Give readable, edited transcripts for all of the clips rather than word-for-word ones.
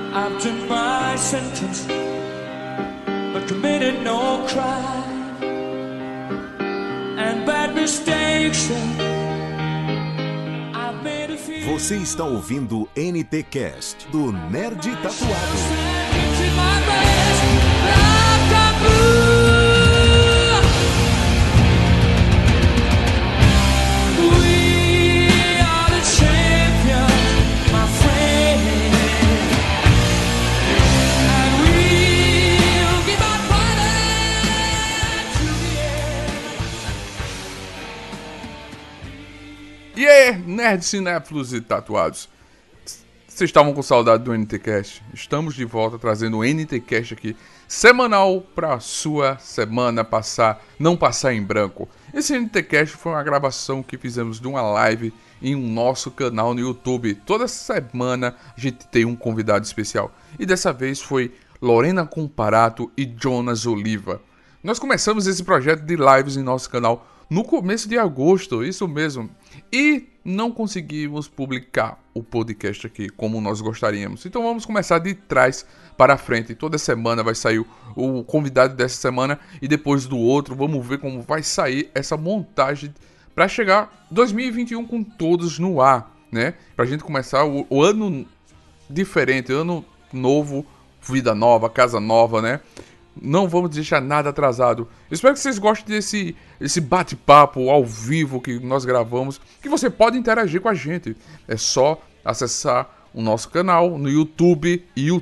I've done my sentence, but committed no crime. And bad mistakes, I've made a few. Você está ouvindo NT Cast do Nerd Tatuado. E aí, nerds, cinéfilos e tatuados. Vocês estavam com saudade do NTCast? Estamos de volta trazendo o NTCast aqui, semanal, pra sua semana não passar em branco. Esse NTCast foi uma gravação que fizemos de uma live em um nosso canal no YouTube. Toda semana a gente tem um convidado especial. E dessa vez foi Lorena Comparato e Jonas Oliva. Nós começamos esse projeto de lives em nosso canal no começo de agosto, isso mesmo. E não conseguimos publicar o podcast aqui como nós gostaríamos. Então vamos começar de trás para frente. Toda semana vai sair o convidado dessa semana e depois do outro. Vamos ver como vai sair essa montagem para chegar 2021 com todos no ar, né? Pra gente começar o ano diferente, ano novo, vida nova, casa nova, né? Não vamos deixar nada atrasado. Espero que vocês gostem desse bate-papo ao vivo que nós gravamos. Que você pode interagir com a gente. É só acessar o nosso canal no YouTube.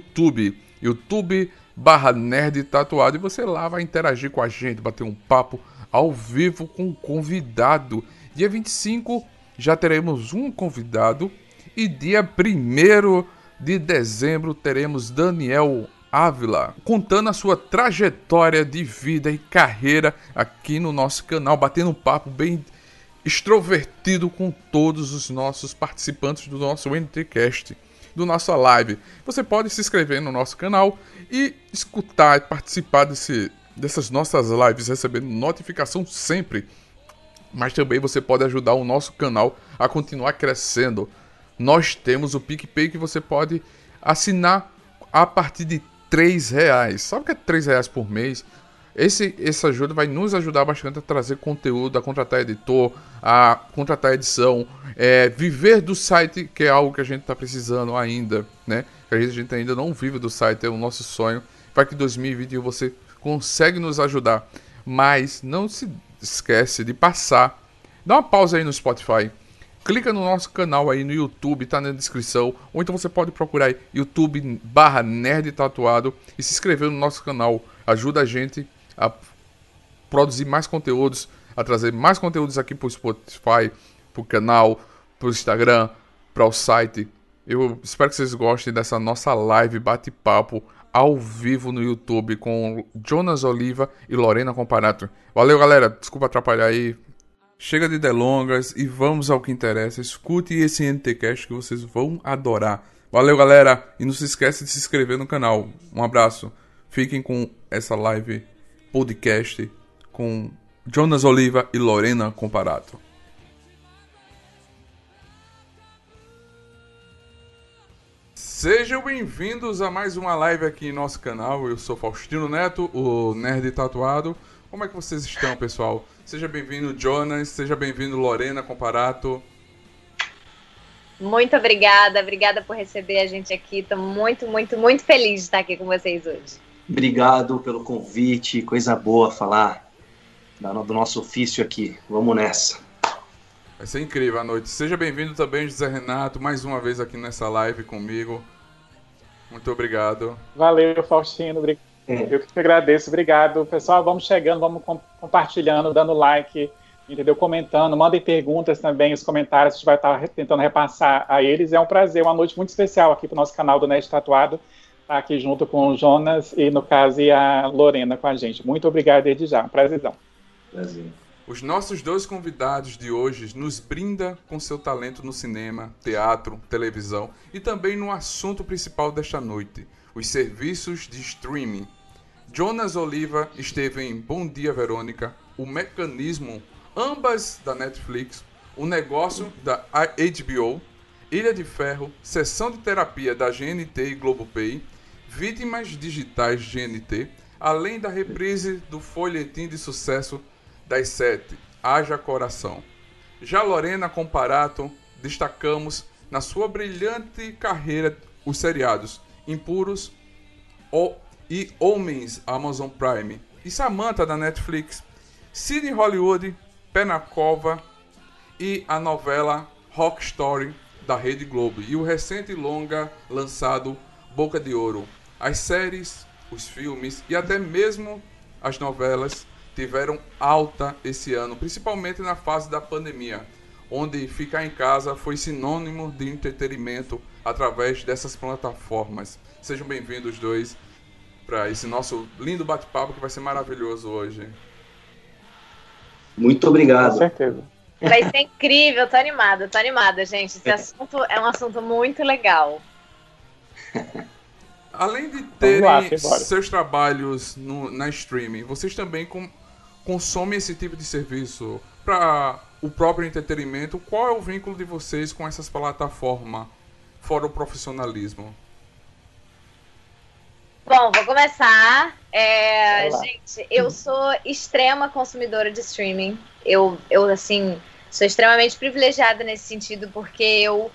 YouTube.com/Nerd Tatuado. E você lá vai interagir com a gente. Bater um papo ao vivo com um convidado. Dia 25 já teremos um convidado. E dia 1º de dezembro teremos Daniel Ávila, contando a sua trajetória de vida e carreira aqui no nosso canal, batendo um papo bem extrovertido com todos os nossos participantes do nosso NTCast, do nossa live. Você pode se inscrever no nosso canal e escutar e participar dessas nossas lives, recebendo notificação sempre. Mas também você pode ajudar o nosso canal a continuar crescendo. Nós temos o PicPay que você pode assinar a partir de R$3. Sabe o que é R$3 por mês? Essa ajuda vai nos ajudar bastante a trazer conteúdo, a contratar editor, a contratar edição, viver do site, que é algo que a gente está precisando ainda, né? A gente ainda não vive do site, é o nosso sonho. Vai que em 2021 você consegue nos ajudar. Mas não se esquece de passar, dá uma pausa aí no Spotify. Clica no nosso canal aí no YouTube, tá na descrição. Ou então você pode procurar aí YouTube/Nerd Tatuado e se inscrever no nosso canal. Ajuda a gente a produzir mais conteúdos, a trazer mais conteúdos aqui pro Spotify, pro canal, pro Instagram, para o site. Eu espero que vocês gostem dessa nossa live bate-papo ao vivo no YouTube com Jonas Oliva e Lorena Comparato. Valeu, galera. Desculpa atrapalhar aí. Chega de delongas e vamos ao que interessa. Escute esse NTCast que vocês vão adorar. Valeu, galera. E não se esqueça de se inscrever no canal. Um abraço. Fiquem com essa live podcast com Jonas Oliva e Lorena Comparato. Sejam bem-vindos a mais uma live aqui em nosso canal. Eu sou Faustino Neto, o Nerd Tatuado. Como é que vocês estão, pessoal? Seja bem-vindo, Jonas. Seja bem-vindo, Lorena Comparato. Muito obrigada por receber a gente aqui. Estou muito feliz de estar aqui com vocês hoje. Obrigado pelo convite. Coisa boa falar do nosso ofício aqui. Vamos nessa. Vai ser incrível a noite. Seja bem-vindo também, José Renato, mais uma vez aqui nessa live comigo. Muito obrigado. Valeu, Faustino. Eu que te agradeço, obrigado. Pessoal, vamos chegando, vamos compartilhando, dando like, entendeu? Comentando, mandem perguntas também, os comentários, a gente vai estar tentando repassar a eles. É um prazer, uma noite muito especial aqui para o nosso canal do Nerd Tatuado, estar aqui junto com o Jonas e, no caso, e a Lorena com a gente. Muito obrigado desde já, um prazerzão. Prazer. Os nossos dois convidados de hoje nos brinda com seu talento no cinema, teatro, televisão e também no assunto principal desta noite, os serviços de streaming. Jonas Oliva esteve em Bom Dia, Verônica, O Mecanismo, ambas da Netflix, O Negócio da HBO Ilha de Ferro, Sessão de Terapia da GNT e Globopay, Vítimas Digitais GNT, além da reprise do folhetim de sucesso das 7, Haja Coração. Já Lorena Comparato, destacamos na sua brilhante carreira os seriados Impuros e Homens, Amazon Prime, e Samantha da Netflix, Cine Hollywood, Pé na Cova e a novela Rock Story da Rede Globo e o recente longa lançado Boca de Ouro. As séries, os filmes e até mesmo as novelas tiveram alta esse ano, principalmente na fase da pandemia, onde ficar em casa foi sinônimo de entretenimento através dessas plataformas. Sejam bem-vindos os dois para esse nosso lindo bate-papo que vai ser maravilhoso hoje. Muito obrigado. Com certeza. Vai ser incrível, tô animada, gente. Esse assunto é um assunto muito legal. Além de terem seus trabalhos na streaming, vocês também consomem esse tipo de serviço para o próprio entretenimento. Qual é o vínculo de vocês com essas plataformas, fora o profissionalismo? Bom, vou começar. Gente, eu sou extrema consumidora de streaming. Eu assim, sou extremamente privilegiada nesse sentido, porque eu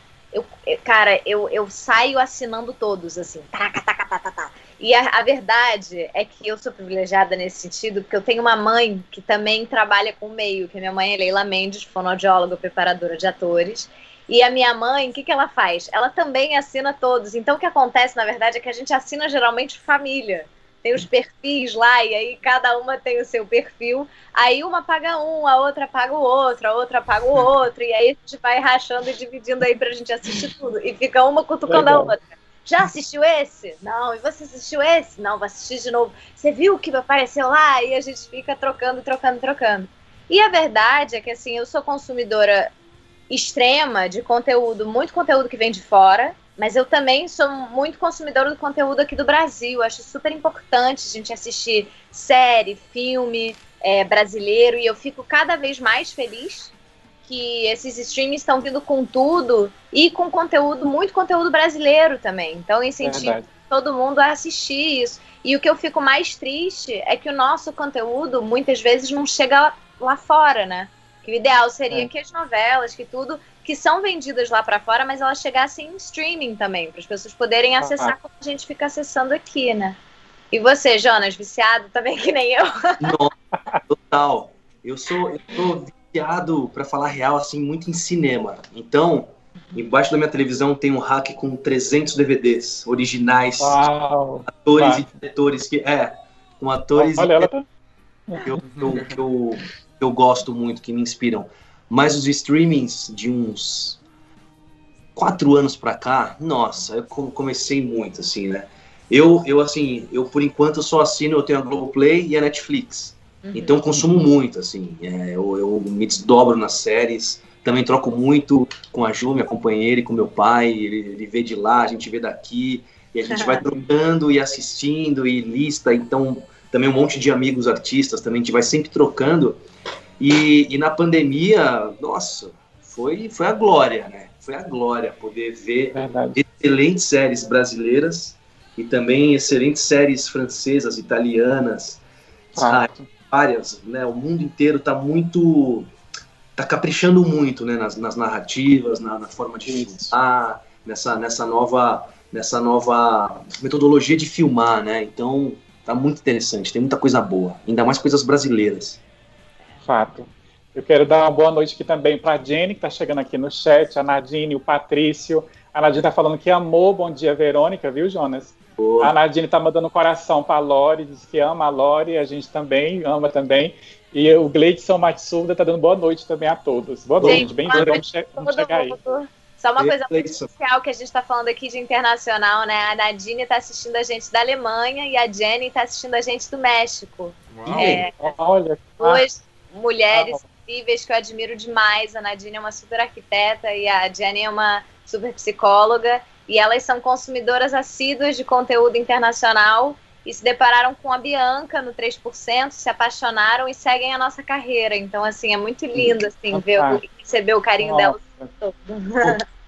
saio assinando todos, assim. E a verdade é que eu sou privilegiada nesse sentido, porque eu tenho uma mãe que também trabalha com o meio, que minha mãe é Leila Mendes, fonoaudióloga, preparadora de atores. E a minha mãe, o que ela faz? Ela também assina todos. Então o que acontece, na verdade, é que a gente assina geralmente família. Tem os perfis lá, e aí cada uma tem o seu perfil. Aí uma paga um, a outra paga o outro, a outra paga o outro. E aí a gente vai rachando e dividindo aí pra gente assistir tudo. E fica uma cutucando a outra. Já assistiu esse? Não. E você assistiu esse? Não, vou assistir de novo. Você viu o que apareceu lá? E a gente fica trocando. E a verdade é que, assim, eu sou consumidora extrema de conteúdo, muito conteúdo que vem de fora, mas eu também sou muito consumidora do conteúdo aqui do Brasil. Acho super importante a gente assistir série, filme brasileiro, e eu fico cada vez mais feliz que esses streams estão vindo com tudo e com conteúdo, muito conteúdo brasileiro também. Então, incentivo todo mundo a assistir isso. E o que eu fico mais triste é que o nosso conteúdo, muitas vezes, não chega lá fora, né? Que o ideal seria que as novelas, que tudo, que são vendidas lá pra fora, mas elas chegassem em streaming também, para as pessoas poderem acessar como a gente fica acessando aqui, né? E você, Jonas, viciado também que nem eu? Não, total. Eu sou viciado, para falar real, assim, muito em cinema. Então, embaixo da minha televisão tem um rack com 300 DVDs originais, atores e diretores com atores que eu gosto muito, que me inspiram. Mas os streamings de uns 4 anos pra cá, nossa, eu comecei muito, assim, né? Eu por enquanto só assino, eu tenho a Globoplay e a Netflix. Então eu consumo muito, assim, eu me desdobro nas séries, também troco muito com a Ju, minha companheira, e com meu pai, ele vê de lá, a gente vê daqui, e a gente vai trocando e assistindo, e lista, então também um monte de amigos artistas, também a gente vai sempre trocando. E na pandemia, nossa, foi a glória, né? Foi a glória poder ver excelentes séries brasileiras e também excelentes séries francesas, italianas, várias, né? O mundo inteiro tá caprichando muito, né? Nas narrativas, na forma de filmar, nessa nova metodologia de filmar, né? Então, tá muito interessante, tem muita coisa boa, ainda mais coisas brasileiras. Fato. Eu quero dar uma boa noite aqui também para a Jenny, que está chegando aqui no chat, a Nadine, o Patrício. A Nadine está falando que amou. Bom dia, Verônica, viu, Jonas? Boa. A Nadine está mandando coração para a Lori, diz que ama a Lori, a gente também ama também. E o Gleidson Matsuda está dando boa noite também a todos. Boa noite, bem-vindo, vamos chegar aí. Só uma coisa muito especial que a gente está falando aqui de internacional, né? A Nadine está assistindo a gente da Alemanha e a Jenny está assistindo a gente do México. Olha, duas mulheres incríveis que eu admiro demais. A Nadine é uma super arquiteta e a Jenny é uma super psicóloga, e elas são consumidoras assíduas de conteúdo internacional e se depararam com a Bianca no 3%, se apaixonaram e seguem a nossa carreira. Então, assim, é muito lindo assim, receber o carinho dela todo.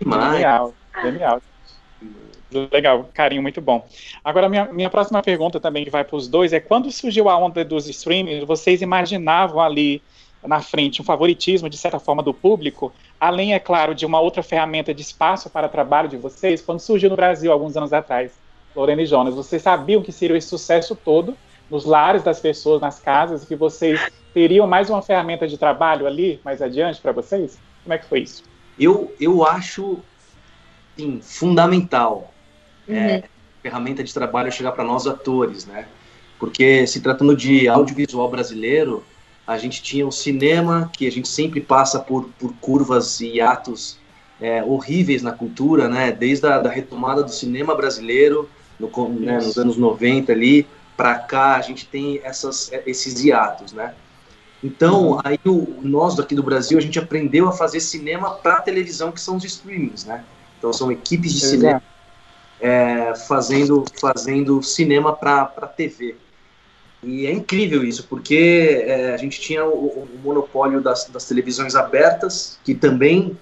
Genial, genial. Legal, carinho muito bom. Agora, minha próxima pergunta também que vai para os dois é: quando surgiu a onda dos streaming, vocês imaginavam ali na frente um favoritismo, de certa forma, do público, além, é claro, de uma outra ferramenta de espaço para trabalho de vocês? Quando surgiu no Brasil, alguns anos atrás, Lorena e Jonas, vocês sabiam que seria esse sucesso todo nos lares das pessoas, nas casas, e que vocês teriam mais uma ferramenta de trabalho ali, mais adiante, para vocês? Como é que foi isso? Eu acho, sim, fundamental ferramenta de trabalho chegar para nós atores, né? Porque se tratando de audiovisual brasileiro, a gente tinha o cinema, que a gente sempre passa por curvas e atos horríveis na cultura, né? Desde a da retomada do cinema brasileiro, nos anos 90 ali, para cá, a gente tem esses hiatos, né? Então, aí nós daqui do Brasil, a gente aprendeu a fazer cinema para televisão, que são os streamings, né? Então, são equipes de cinema fazendo cinema para TV. E é incrível isso, porque a gente tinha o monopólio das televisões abertas, que também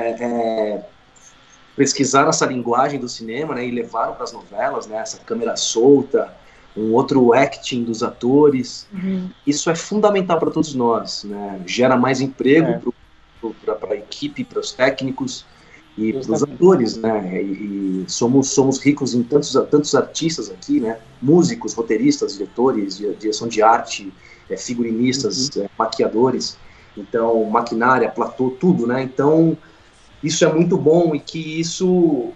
pesquisaram essa linguagem do cinema, né, e levaram para as novelas, né, essa câmera solta, um outro acting dos atores. Isso é fundamental para todos nós, né? Gera mais emprego para a equipe, para os técnicos e para os atores, né? E somos ricos em tantos artistas aqui, né? Músicos, roteiristas, diretores, direção de arte, figurinistas, maquiadores, então maquinária, platô, tudo, né? Então isso é muito bom, e que isso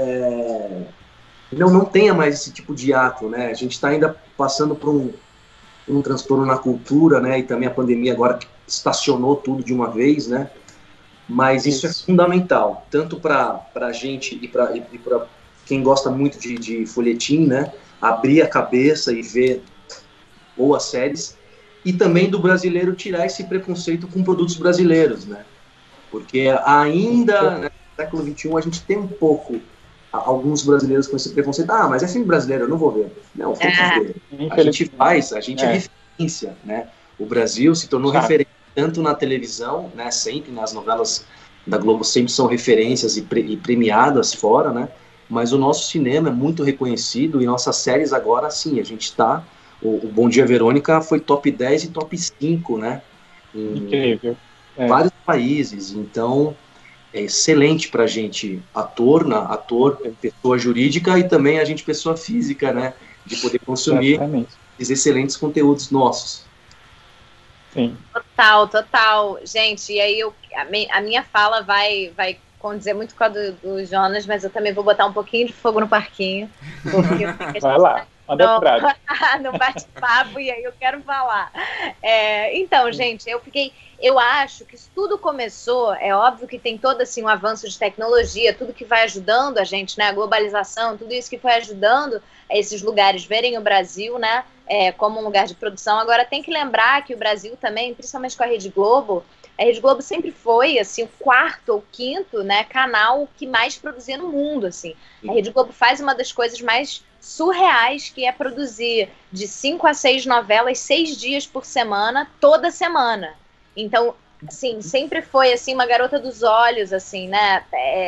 não tenha mais esse tipo de ato, né? A gente está ainda passando por um transtorno na cultura, né? E também a pandemia agora estacionou tudo de uma vez, né? Mas isso é fundamental, tanto para a gente e para quem gosta muito de folhetim, né? Abrir a cabeça e ver boas séries, e também do brasileiro tirar esse preconceito com produtos brasileiros, né? Porque ainda, né, no século XXI, a gente tem um pouco, alguns brasileiros com esse preconceito: mas é filme brasileiro, eu não vou ver. Não, tem que ver. A gente é referência, né? O Brasil se tornou referência tanto na televisão, né, sempre nas novelas da Globo sempre são referências e premiadas fora, né? Mas o nosso cinema é muito reconhecido, e nossas séries agora, sim, a gente está... O Bom Dia Verônica foi top 10 e top 5, né? Incrível. Vários países, então é excelente pra gente, ator, pessoa jurídica, e também a gente, pessoa física, né? De poder consumir esses excelentes conteúdos nossos. Sim. Total. Gente, e aí a minha fala vai condizer muito com a do Jonas, mas eu também vou botar um pouquinho de fogo no parquinho. Vai lá, manda no bate-papo, e aí eu quero falar. Então, gente, eu acho que isso tudo começou, é óbvio que tem todo assim, um avanço de tecnologia, tudo que vai ajudando a gente, né, a globalização, tudo isso que foi ajudando esses lugares verem o Brasil, né, como um lugar de produção. Agora tem que lembrar que o Brasil também, principalmente com a Rede Globo sempre foi assim, o quarto ou quinto, né, canal que mais produzia no mundo, assim. A Rede Globo faz uma das coisas mais surreais, que é produzir de 5 a 6 novelas 6 dias por semana, toda semana. Então, assim, sempre foi assim, uma garota dos olhos, assim, né,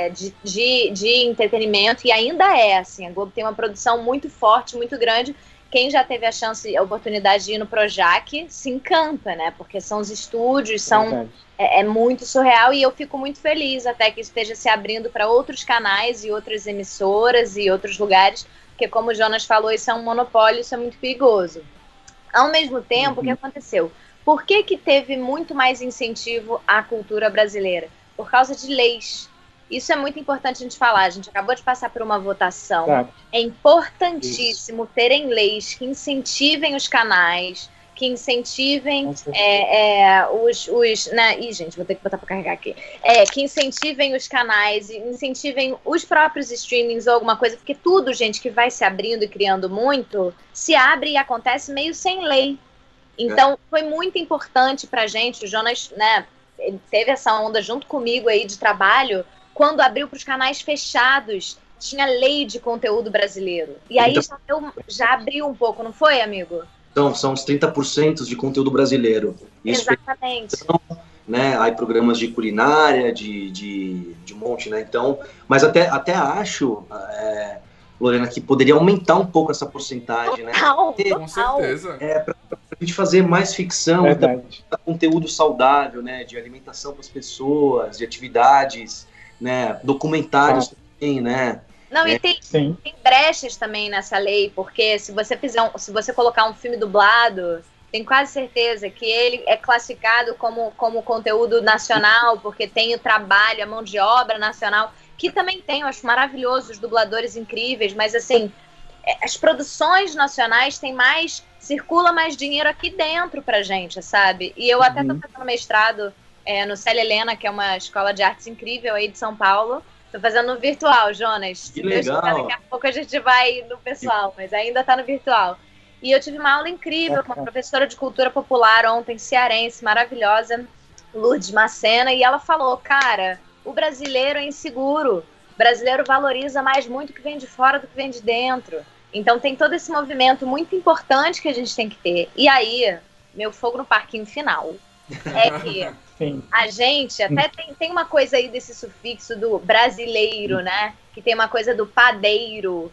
de entretenimento, e ainda é, assim, a Globo tem uma produção muito forte, muito grande. Quem já teve a oportunidade de ir no Projac se encanta, né, porque são os estúdios, é muito surreal, e eu fico muito feliz até que esteja se abrindo para outros canais e outras emissoras e outros lugares, porque como o Jonas falou, isso é um monopólio, isso é muito perigoso. Ao mesmo tempo, o que aconteceu? Por que teve muito mais incentivo à cultura brasileira? Por causa de leis. Isso é muito importante a gente falar. A gente acabou de passar por uma votação. É importantíssimo terem leis que incentivem os canais, que incentivem né? Gente, vou ter que botar para carregar aqui. Que incentivem os canais, incentivem os próprios streamings ou alguma coisa, porque tudo, gente, que vai se abrindo e criando muito, se abre e acontece meio sem lei. Então, foi muito importante pra gente. O Jonas, né, ele teve essa onda junto comigo aí de trabalho. Quando abriu para os canais fechados, tinha lei de conteúdo brasileiro. E aí já abriu um pouco, não foi, amigo? Então, são os 30% de conteúdo brasileiro. Isso. Exatamente. né? Aí programas de culinária, de um monte, né? Então, mas até acho, Lorena, que poderia aumentar um pouco essa porcentagem, né? Com certeza. Pra gente fazer mais ficção, conteúdo saudável, né? De alimentação para as pessoas, de atividades, né? Documentários também, né? Não, e tem brechas também nessa lei, porque se você colocar um filme dublado, tenho quase certeza que ele é classificado como conteúdo nacional, porque tem o trabalho, a mão de obra nacional, que também tem, eu acho maravilhoso, os dubladores incríveis, mas assim, as produções nacionais circula mais dinheiro aqui dentro pra gente, sabe? E eu até tô fazendo mestrado no Célia Helena, que é uma escola de artes incrível aí de São Paulo. Tô fazendo no virtual, Jonas. Que legal. Daqui a pouco a gente vai no pessoal, mas ainda tá no virtual. E eu tive uma aula incrível com uma professora de cultura popular ontem, cearense, maravilhosa, Lourdes Macena, e ela falou, cara, o brasileiro é inseguro, o brasileiro valoriza mais muito o que vem de fora do que vem de dentro. Então tem todo esse movimento muito importante que a gente tem que ter. E aí, meu fogo no parquinho final é que a gente até tem uma coisa aí desse sufixo do brasileiro, né? Que tem uma coisa do padeiro,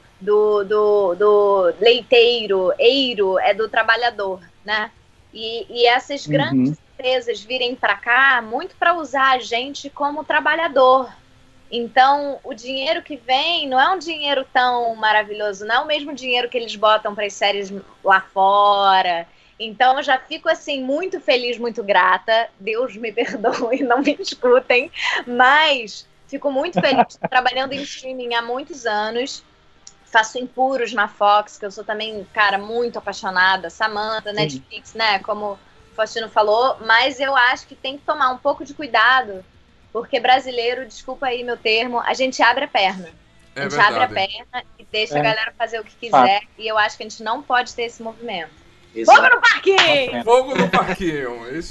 do leiteiro, eiro é do trabalhador, né? E essas grandes empresas virem para cá muito para usar a gente como trabalhador. Então, o dinheiro que vem não é um dinheiro tão maravilhoso, não é o mesmo dinheiro que eles botam para as séries lá fora. Então, eu já fico, assim, muito feliz, muito grata. Deus me perdoe, não me escutem. Mas fico muito feliz trabalhando em streaming há muitos anos. Faço Impuros na Fox, que eu sou também, cara, muito apaixonada. Samantha, Netflix, né? Como o Faustino falou. Mas eu acho que tem que tomar um pouco de cuidado. Porque brasileiro, desculpa aí meu termo, a gente abre a perna. A gente abre a perna e deixa a galera fazer o que quiser. E eu acho que a gente não pode ter esse movimento. Exato. Fogo no parquinho! Fogo no parquinho! Isso.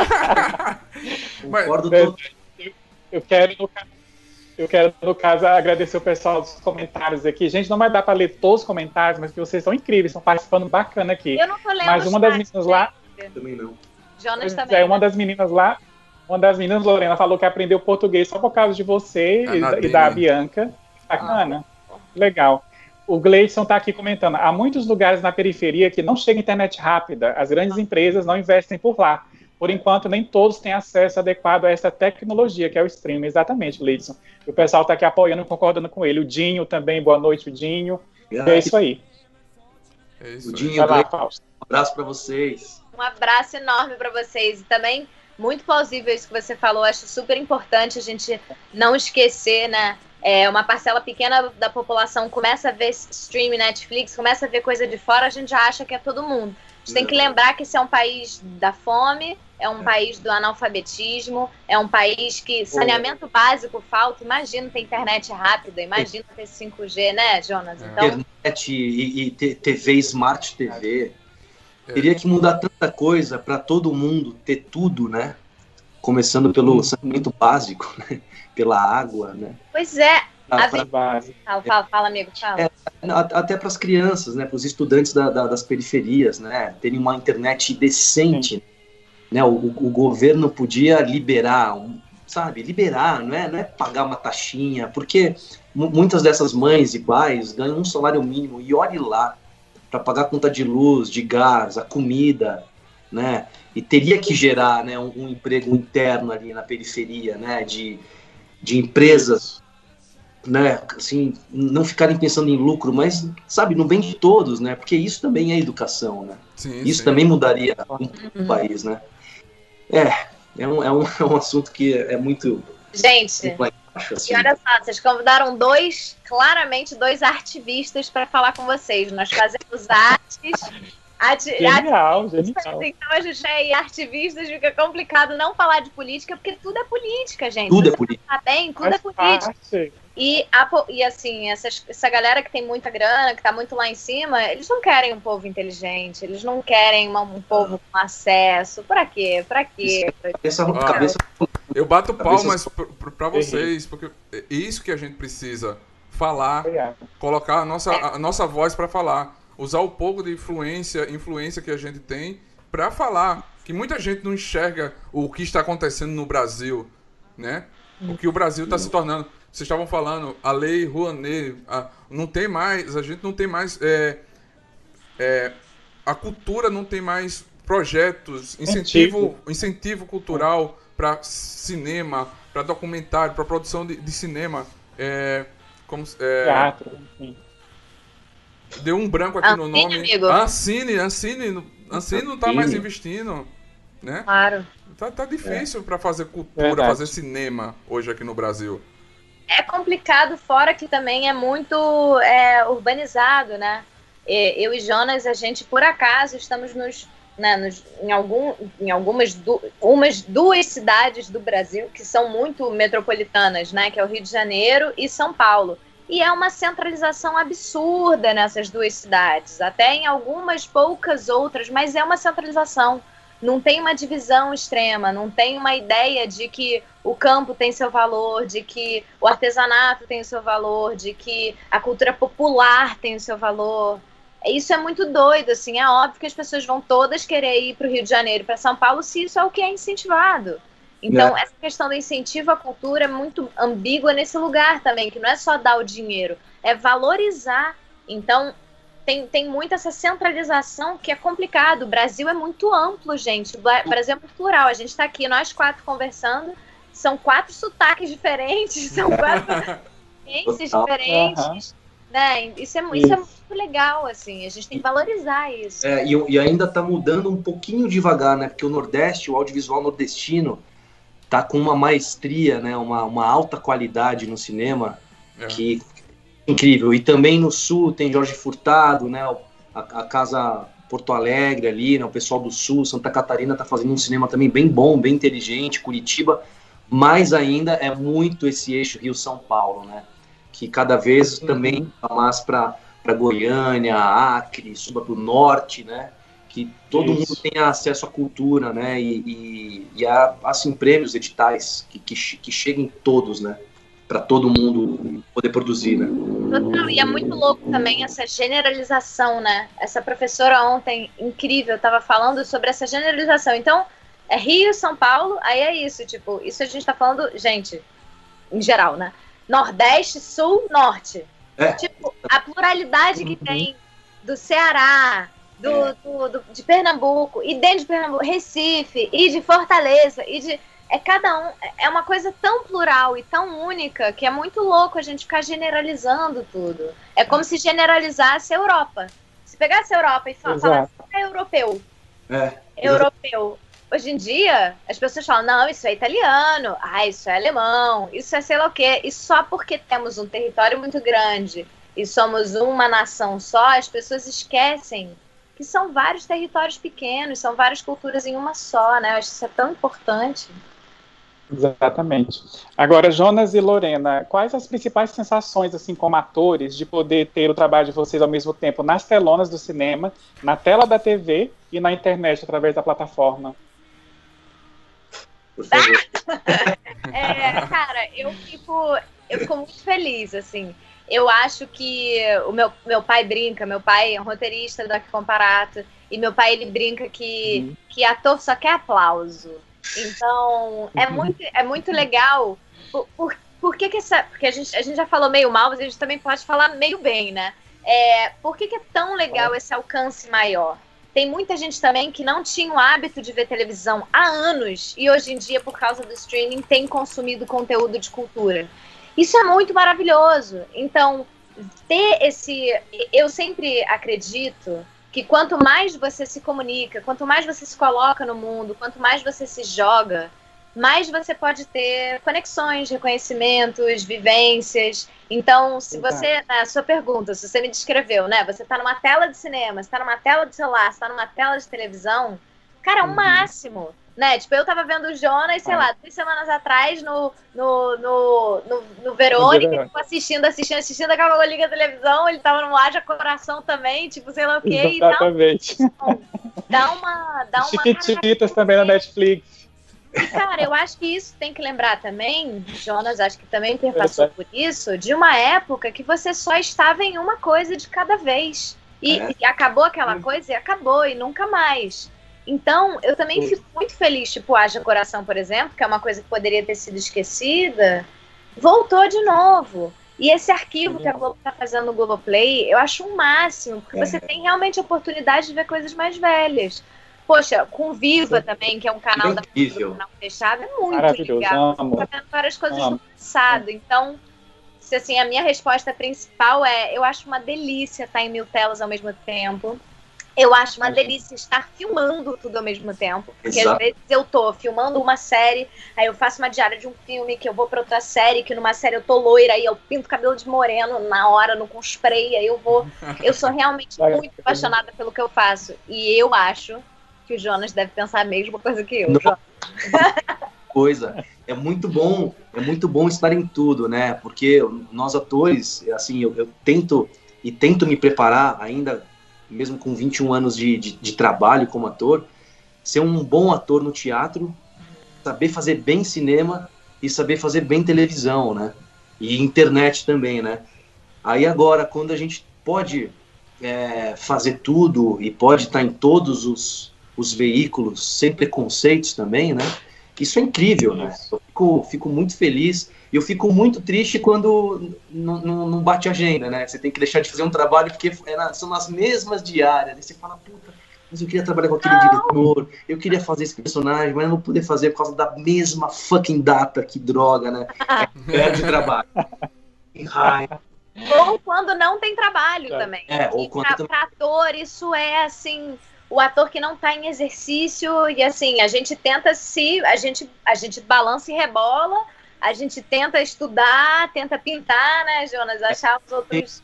Concordo todo. Eu quero, no caso, agradecer o pessoal dos comentários aqui. Gente, não vai dar para ler todos os comentários, mas que vocês são incríveis, estão participando bacana aqui. Eu não tô lendo. Mas uma das meninas lá... Também não. Jonas também. Uma das meninas lá, Lorena, falou que aprendeu português só por causa de você e da Bianca. Bacana. Legal. O Gleidson está aqui comentando. Há muitos lugares na periferia que não chega internet rápida. As grandes empresas não investem por lá. Por enquanto, nem todos têm acesso adequado a essa tecnologia, que é o streaming. Exatamente, Gleidson. O pessoal está aqui apoiando, concordando com ele. O Dinho também. Boa noite, o Dinho. É isso aí. É isso O aí. Dinho, Vai lá, um abraço para vocês. Um abraço enorme para vocês. E também, muito plausível isso que você falou. Acho super importante a gente não esquecer, né? Uma parcela pequena da população começa a ver streaming, Netflix, começa a ver coisa de fora, a gente já acha que é todo mundo. A gente tem que lembrar que esse é um país da fome, é um país do analfabetismo, é um país que saneamento básico falta. Imagina ter internet rápida, imagina ter 5G, né, Jonas? Então... Internet e TV, Smart TV. Teria que mudar tanta coisa para todo mundo ter tudo, né? Começando pelo saneamento básico, né? Pela água, né? Pois é. Fala, amigo, fala. Até para as crianças, né? Para os estudantes das periferias, né? Terem uma internet decente, né? O governo podia liberar, Liberar, não é pagar uma taxinha, porque muitas dessas mães e pais ganham um salário mínimo e olhe lá para pagar a conta de luz, de gás, a comida, né? E teria que gerar, né, um emprego interno ali na periferia, né? De empresas, né, assim, não ficarem pensando em lucro, mas, no bem de todos, né, porque isso também é educação, né, isso também mudaria o país, né, é um assunto que é muito... Gente, assim. E olha só, vocês convidaram claramente dois artivistas para falar com vocês, nós fazemos artes... Genial. Então a gente é artivistas, fica complicado não falar de política, porque tudo é política, gente. Tudo é política. Tá bem? Tudo é política. E assim, essa galera que tem muita grana, que tá muito lá em cima, eles não querem um povo inteligente, eles não querem um povo com acesso. Pra quê? Cabeça... Eu bato palmas pra vocês, porque é isso que a gente precisa. Falar, colocar a nossa voz pra falar. Usar o pouco de influência que a gente tem para falar. que muita gente não enxerga o que está acontecendo no Brasil, né? O que o Brasil está se tornando. Vocês estavam falando, a Lei Rouanet, não tem mais, a gente não tem mais, a cultura não tem mais projetos, incentivo cultural para cinema, para documentário, para produção de cinema, teatro, enfim. Deu um branco aqui no nome. Amigo. Ancine não está mais investindo, né? Claro. Tá difícil para fazer cultura, Verdade. fazer cinema hoje aqui no Brasil. É complicado, fora que também é muito urbanizado, né? Eu e Jonas, a gente, por acaso, estamos em algumas duas cidades do Brasil que são muito metropolitanas, né? Que é o Rio de Janeiro e São Paulo. E é uma centralização absurda nessas duas cidades, até em algumas poucas outras, mas é uma centralização. Não tem uma divisão extrema, não tem uma ideia de que o campo tem seu valor, de que o artesanato tem o seu valor, de que a cultura popular tem o seu valor. Isso é muito doido, assim, é óbvio que as pessoas vão todas querer ir para o Rio de Janeiro, para São Paulo, se isso é o que é incentivado. Então, essa questão do incentivo à cultura é muito ambígua nesse lugar também, que não é só dar o dinheiro, é valorizar. Então, tem muito essa centralização que é complicado. O Brasil é muito amplo, gente. O Brasil é muito plural. A gente está aqui, nós 4 conversando, são 4 sotaques diferentes, são 4 experiências diferentes. Né? Isso é muito legal, assim. A gente tem que valorizar isso. E ainda está mudando um pouquinho devagar, né? Porque o Nordeste, o audiovisual nordestino, tá com uma maestria, né? Uma alta qualidade no cinema que incrível. E também no Sul tem Jorge Furtado, né? A Casa Porto Alegre ali, né? O pessoal do Sul, Santa Catarina tá fazendo um cinema também bem bom, bem inteligente. Curitiba, mais ainda é muito esse eixo Rio-São Paulo, né? Que cada vez também tá mais para Goiânia, Acre, suba para o norte, né? Que todo mundo tenha acesso à cultura, né? E há, assim, prêmios, editais que cheguem todos, né? Para todo mundo poder produzir, né? Total, e é muito louco também essa generalização, né? Essa professora ontem, incrível, estava falando sobre essa generalização. Então, é Rio, São Paulo, aí é isso, tipo, isso a gente tá falando, gente, em geral, né? Nordeste, Sul, Norte. Tipo, a pluralidade que tem do Ceará, de Pernambuco, e dentro de Pernambuco, Recife, e de Fortaleza, cada um, é uma coisa tão plural e tão única que é muito louco a gente ficar generalizando tudo. É como se generalizasse a Europa. Se pegasse a Europa e falasse europeu. Europeu. Hoje em dia, as pessoas falam, não, isso é italiano, isso é alemão, isso é sei lá o quê. E só porque temos um território muito grande e somos uma nação só, as pessoas esquecem que são vários territórios pequenos, são várias culturas em uma só, né? Eu acho que isso é tão importante. Exatamente. Agora, Jonas e Lorena, quais as principais sensações, assim, como atores, de poder ter o trabalho de vocês ao mesmo tempo nas telonas do cinema, na tela da TV e na internet, através da plataforma? Por favor. Cara, eu fico muito feliz, assim. Eu acho que o meu pai brinca, meu pai é um roteirista do Aqui Comparato, e meu pai, ele brinca que ator só quer aplauso. Então, é muito legal. Porque a gente já falou meio mal, mas a gente também pode falar meio bem, né? Por que é tão legal esse alcance maior? Tem muita gente também que não tinha o hábito de ver televisão há anos e hoje em dia, por causa do streaming, tem consumido conteúdo de cultura. Isso é muito maravilhoso. Então, eu sempre acredito que quanto mais você se comunica, quanto mais você se coloca no mundo, quanto mais você se joga, mais você pode ter conexões, reconhecimentos, vivências. Então, se você, na sua pergunta, se você me descreveu, né? Você tá numa tela de cinema, você tá numa tela de celular, você tá numa tela de televisão, cara, é o máximo, né? Tipo, eu tava vendo o Jonas, sei lá, 2 semanas atrás no Verônica, tipo, assistindo, daqui a pouco eu ligo a televisão, ele tava no Haja Coração também, tipo, sei lá o quê. Exatamente. Dá uma Chiquititas também na Netflix. E, cara, eu acho que isso tem que lembrar também, Jonas, acho que também perpassou por isso, de uma época que você só estava em uma coisa de cada vez. E acabou aquela coisa e acabou, e nunca mais. Então, eu também fico muito feliz, tipo, Haja Coração, por exemplo, que é uma coisa que poderia ter sido esquecida, voltou de novo. E esse arquivo que a Globo tá fazendo no Globoplay, eu acho um máximo, porque você tem realmente a oportunidade de ver coisas mais velhas. Poxa, com Viva também, que é um canal do canal fechado, é muito legal. Você tá vendo várias coisas do passado. Então, se assim, a minha resposta principal é, eu acho uma delícia estar em 1000 telas ao mesmo tempo. Eu acho uma delícia estar filmando tudo ao mesmo tempo. Porque às vezes eu tô filmando uma série, aí eu faço uma diária de um filme, que eu vou pra outra série, que numa série eu tô loira, aí eu pinto cabelo de moreno na hora, com spray, aí eu vou... Eu sou realmente muito apaixonada pelo que eu faço. E eu acho que o Jonas deve pensar a mesma coisa que eu. É muito bom estar em tudo, né? Porque nós atores, assim, eu tento me preparar ainda, mesmo com 21 anos de trabalho como ator, ser um bom ator no teatro, saber fazer bem cinema e saber fazer bem televisão, né? E internet também, né? Aí agora, quando a gente pode fazer tudo e pode estar em todos os veículos sem preconceitos também, né? Isso é incrível, né? Eu fico muito feliz e eu fico muito triste quando não bate a agenda, né? Você tem que deixar de fazer um trabalho porque são as mesmas diárias. Aí você fala, puta, mas eu queria trabalhar com aquele diretor, eu queria fazer esse personagem, mas eu não pude fazer por causa da mesma fucking data, que droga, né? Perde trabalho. Ou quando não tem trabalho também. Ou quando pra ator, isso é assim... O ator que não está em exercício, e assim, a gente tenta a gente balança e rebola, a gente tenta estudar, tenta pintar, né, Jonas? Achar os outros...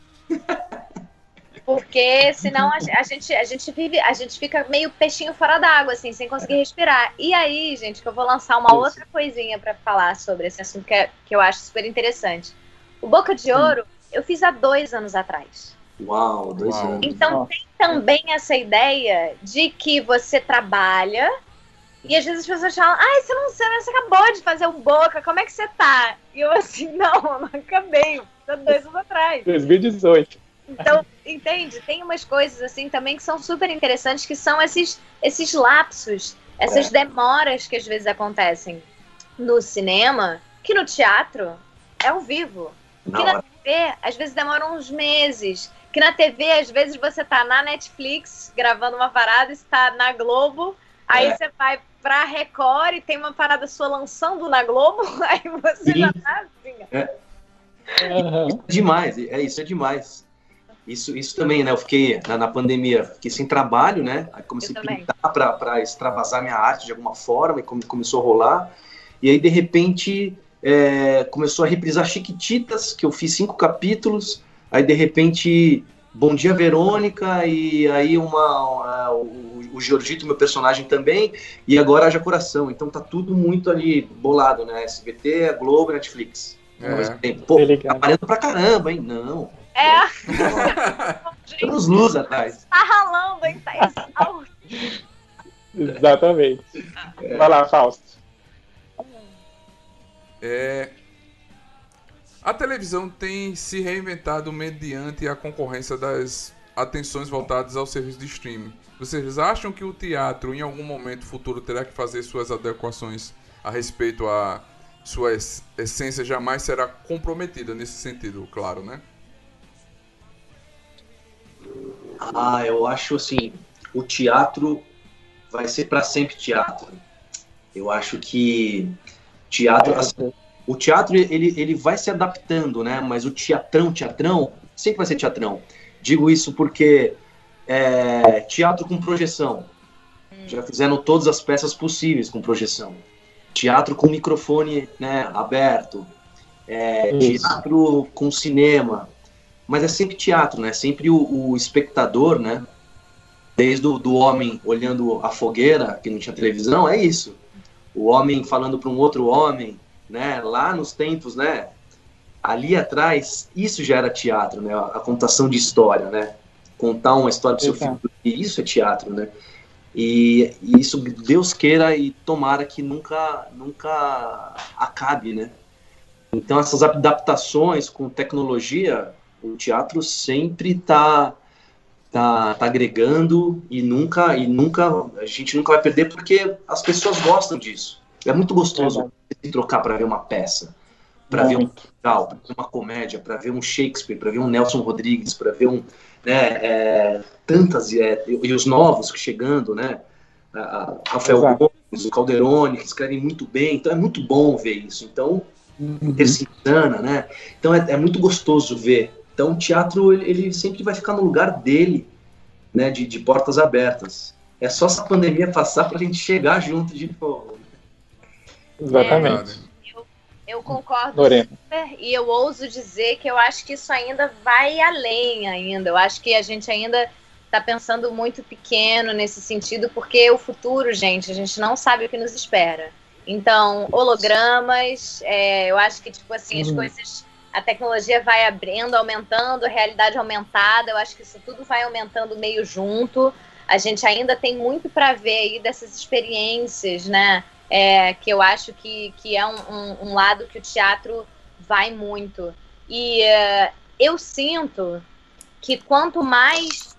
Porque senão a gente fica meio peixinho fora d'água, assim, sem conseguir respirar. E aí, gente, que eu vou lançar uma outra coisinha para falar sobre esse assunto que eu acho super interessante. O Boca de Ouro, eu fiz há 2 anos atrás. Uau, 2 anos. Então tem também essa ideia de que você trabalha e às vezes as pessoas falam, você acabou de fazer um Boca, como é que você tá? E eu assim, não acabei, há 2 anos atrás. 2018. Então, entende? Tem umas coisas assim também que são super interessantes, que são esses lapsos, essas demoras que às vezes acontecem no cinema, que no teatro é ao vivo. Que na TV, às vezes demoram uns meses. Que na TV, às vezes, você tá na Netflix gravando uma parada, está na Globo, aí você vai pra Record e tem uma parada sua lançando na Globo, aí você já tá assim. Isso é demais, isso é demais. Isso também, né? Eu fiquei, na pandemia, fiquei sem trabalho, né? Aí comecei a pintar pra extravasar minha arte de alguma forma, e começou a rolar. E aí, de repente, começou a reprisar Chiquititas, que eu fiz 5 capítulos. Aí, de repente, Bom Dia, Verônica, e aí o Giorgito, meu personagem também, e agora Haja Coração. Então tá tudo muito ali bolado, né? SBT, a Globo, Netflix. Pô, trabalhando pra caramba, hein? Não. Temos luz atrás. Tá ralando, hein? Tá Exatamente. Vai lá, Fausto. A televisão tem se reinventado mediante a concorrência das atenções voltadas ao serviço de streaming. Vocês acham que o teatro, em algum momento futuro, terá que fazer suas adequações a respeito a sua essência, jamais será comprometida nesse sentido, claro, né? Eu acho assim, o teatro vai ser para sempre teatro. Eu acho que teatro... O teatro, ele vai se adaptando, né? Mas o teatrão, sempre vai ser teatrão. Digo isso porque teatro com projeção. Já fizeram todas as peças possíveis com projeção. Teatro com microfone, né, aberto. Teatro com cinema. Mas é sempre teatro, né? Sempre o espectador, né? Desde do homem olhando a fogueira, que não tinha televisão, é isso. O homem falando para um outro homem, né, lá nos tempos, né, ali atrás, isso já era teatro, né, a contação de história, né, contar uma história do seu filho, e isso é teatro, né, e isso Deus queira e tomara que nunca acabe, né. Então essas adaptações com tecnologia, o teatro sempre está tá agregando e nunca a gente nunca vai perder porque as pessoas gostam disso. É muito gostoso trocar para ver uma peça, para ver um musical, para ver uma comédia, para ver um Shakespeare, para ver um Nelson Rodrigues, para ver um, né, e os novos chegando, né? Rafael Gomes, o Calderoni, que escrevem muito bem, então é muito bom ver isso. Então, Santana, né? Então é muito gostoso ver. Então o teatro ele sempre vai ficar no lugar dele, né? De portas abertas. É só essa pandemia passar para a gente chegar junto de novo. Exatamente. Eu concordo Lorena. super, e eu ouso dizer que eu acho que isso ainda vai além ainda. Eu acho que a gente ainda está pensando muito pequeno nesse sentido, porque o futuro, gente, a gente não sabe o que nos espera. Então, hologramas, eu acho que, tipo assim, as coisas, a tecnologia vai abrindo, aumentando, a realidade aumentada, eu acho que isso tudo vai aumentando meio junto. A gente ainda tem muito para ver aí dessas experiências, né? Que eu acho que é um lado que o teatro vai muito. E eu sinto que quanto mais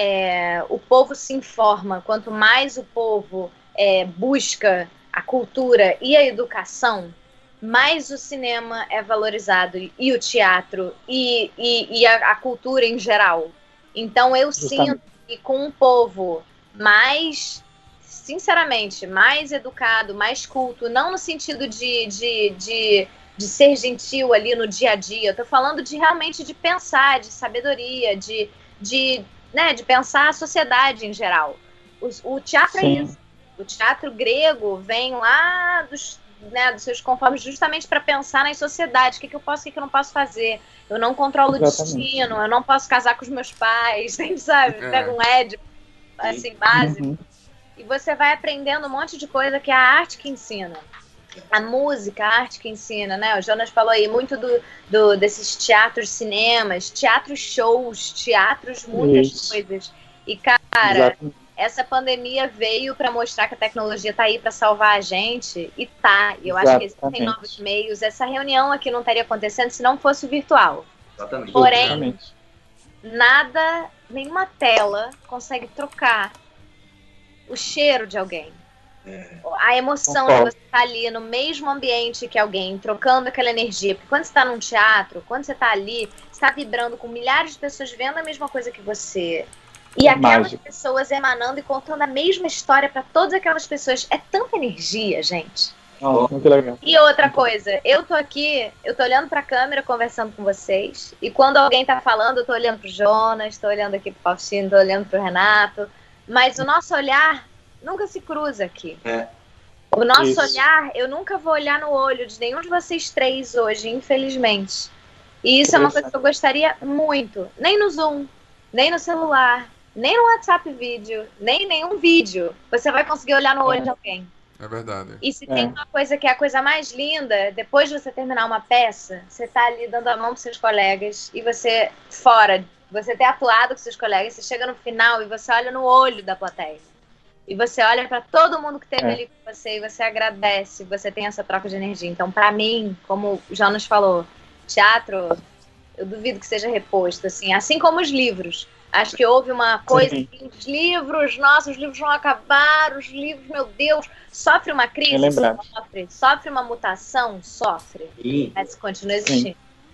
o povo se informa, quanto mais o povo busca a cultura e a educação, mais o cinema é valorizado, e o teatro, e a cultura em geral. Então eu sinto que com um povo mais, sinceramente, mais educado, mais culto, não no sentido de ser gentil ali no dia a dia, eu tô falando realmente de pensar, de sabedoria, de pensar a sociedade em geral. O teatro é isso. O teatro grego vem lá dos seus conformes justamente para pensar na sociedade. O que eu posso, o que eu não posso fazer. Eu não controlo o destino, eu não posso casar com os meus pais, sabe? Pega um Édipo, assim, básico. E você vai aprendendo um monte de coisa que é a arte que ensina. A música, a arte que ensina, né? O Jonas falou aí muito desses teatros, cinemas, teatros shows, teatros, muitas coisas. E, cara, essa pandemia veio para mostrar que a tecnologia tá aí para salvar a gente, e tá. E eu acho que existem novos meios. Essa reunião aqui não estaria acontecendo se não fosse virtual. Exatamente. Porém, nada, nenhuma tela consegue trocar o cheiro de alguém. A emoção de você estar ali no mesmo ambiente que alguém, trocando aquela energia. Porque quando você está num teatro, quando você está ali, você está vibrando com milhares de pessoas vendo a mesma coisa que você. E aquelas pessoas emanando e contando a mesma história para todas aquelas pessoas. É tanta energia, gente. Muito legal. E outra coisa, eu tô aqui, eu tô olhando pra câmera, conversando com vocês. E quando alguém tá falando, eu tô olhando pro Jonas, tô olhando aqui pro Faustino, tô olhando pro Renato. Mas o nosso olhar nunca se cruza aqui. O nosso olhar, eu nunca vou olhar no olho de nenhum de vocês três hoje, infelizmente. E isso é uma coisa que eu gostaria muito. Nem no Zoom, nem no celular, nem no WhatsApp vídeo, nem em nenhum vídeo você vai conseguir olhar no olho de alguém. É verdade. E se tem uma coisa que é a coisa mais linda, depois de você terminar uma peça, você tá ali dando a mão pros seus colegas e você, você ter atuado com seus colegas, você chega no final e você olha no olho da plateia. E você olha para todo mundo que esteve ali com você e você agradece, você tem essa troca de energia. Então, para mim, como o Jonas falou, teatro, eu duvido que seja reposto, assim como os livros. Acho que houve uma coisa que os livros vão acabar, os livros, meu Deus, sofre uma crise, sofre uma mutação, mas continua existindo.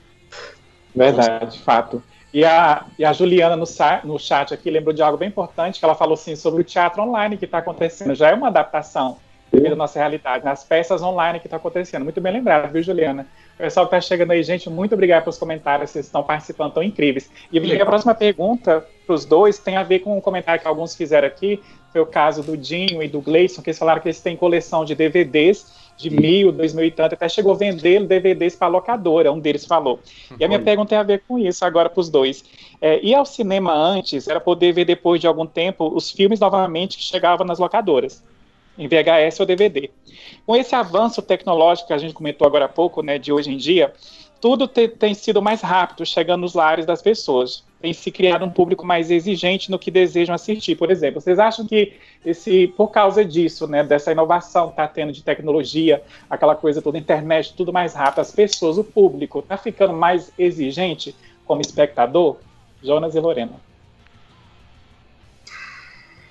Verdade, fato. E a Juliana no chat aqui lembrou de algo bem importante, que ela falou assim sobre o teatro online que está acontecendo. Já é uma adaptação devido à nossa realidade, nas peças online que está acontecendo. Muito bem lembrado, viu, Juliana? O pessoal que está chegando aí, gente, muito obrigado pelos comentários, vocês estão participando, tão incríveis. E a próxima pergunta para os dois tem a ver com um comentário que alguns fizeram aqui, foi o caso do Dinho e do Gleison, que eles falaram que eles têm coleção de DVDs de 1.000, 2.000 e tanto, até chegou a vender DVDs para locadora, um deles falou. E a minha pergunta tem a ver com isso agora para os dois. Ir ao cinema antes era poder ver depois de algum tempo os filmes novamente que chegavam nas locadoras, em VHS ou DVD. Com esse avanço tecnológico que a gente comentou agora há pouco, né, de hoje em dia, tudo tem sido mais rápido, chegando nos lares das pessoas. Tem se criado um público mais exigente no que desejam assistir, por exemplo. Vocês acham que por causa disso, né, dessa inovação que está tendo de tecnologia, aquela coisa toda, internet, tudo mais rápido, as pessoas, o público, está ficando mais exigente como espectador? Jonas e Lorena.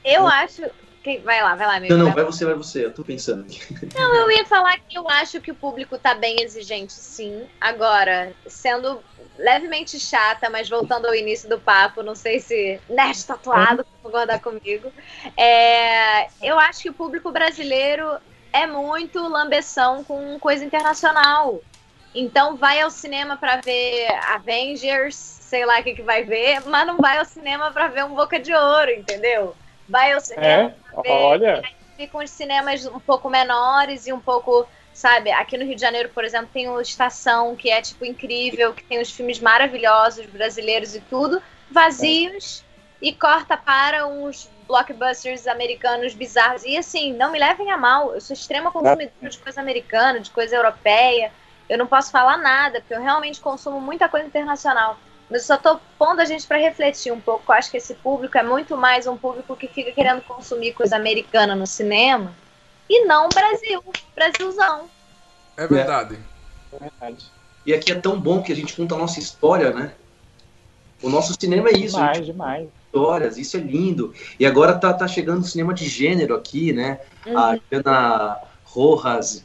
Eu acho... Vai lá, amigo. Não, vai você. Eu tô pensando aqui. Não, eu ia falar que eu acho que o público tá bem exigente, sim. Agora, sendo levemente chata, mas voltando ao início do papo, não sei se nerd tatuado concordar comigo. Eu acho que o público brasileiro é muito lambeção com coisa internacional. Então vai ao cinema pra ver Avengers, sei lá o que vai ver, mas não vai ao cinema pra ver um Boca de Ouro, entendeu? Vai ao cinema pra ver, olha. Ficam os cinemas um pouco menores e um pouco, sabe, aqui no Rio de Janeiro, por exemplo, tem o Estação, que é, tipo, incrível, que tem uns filmes maravilhosos, brasileiros e tudo, vazios, e corta para uns blockbusters americanos bizarros. E, assim, não me levem a mal, eu sou extrema consumidora de coisa americana, de coisa europeia, eu não posso falar nada, porque eu realmente consumo muita coisa internacional. Mas eu só tô pondo a gente para refletir um pouco. Eu acho que esse público é muito mais um público que fica querendo consumir coisa americana no cinema e não Brasilzão. É verdade. É verdade. E aqui é tão bom que a gente conta a nossa história, né? O nosso cinema é isso. Demais. Histórias, isso é lindo. E agora tá chegando o cinema de gênero aqui, né? A Ana Rojas,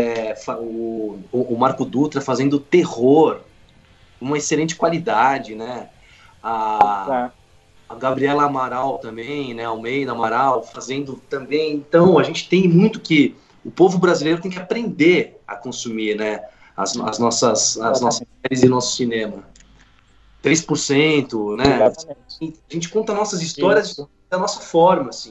o Marco Dutra fazendo terror. Uma excelente qualidade, né? A Gabriela Amaral também, né? Almeida Amaral fazendo também. Então, a gente tem muito que... O povo brasileiro tem que aprender a consumir, né? As nossas séries e nosso cinema. 3%, né? Exatamente. A gente conta nossas histórias da nossa forma, assim.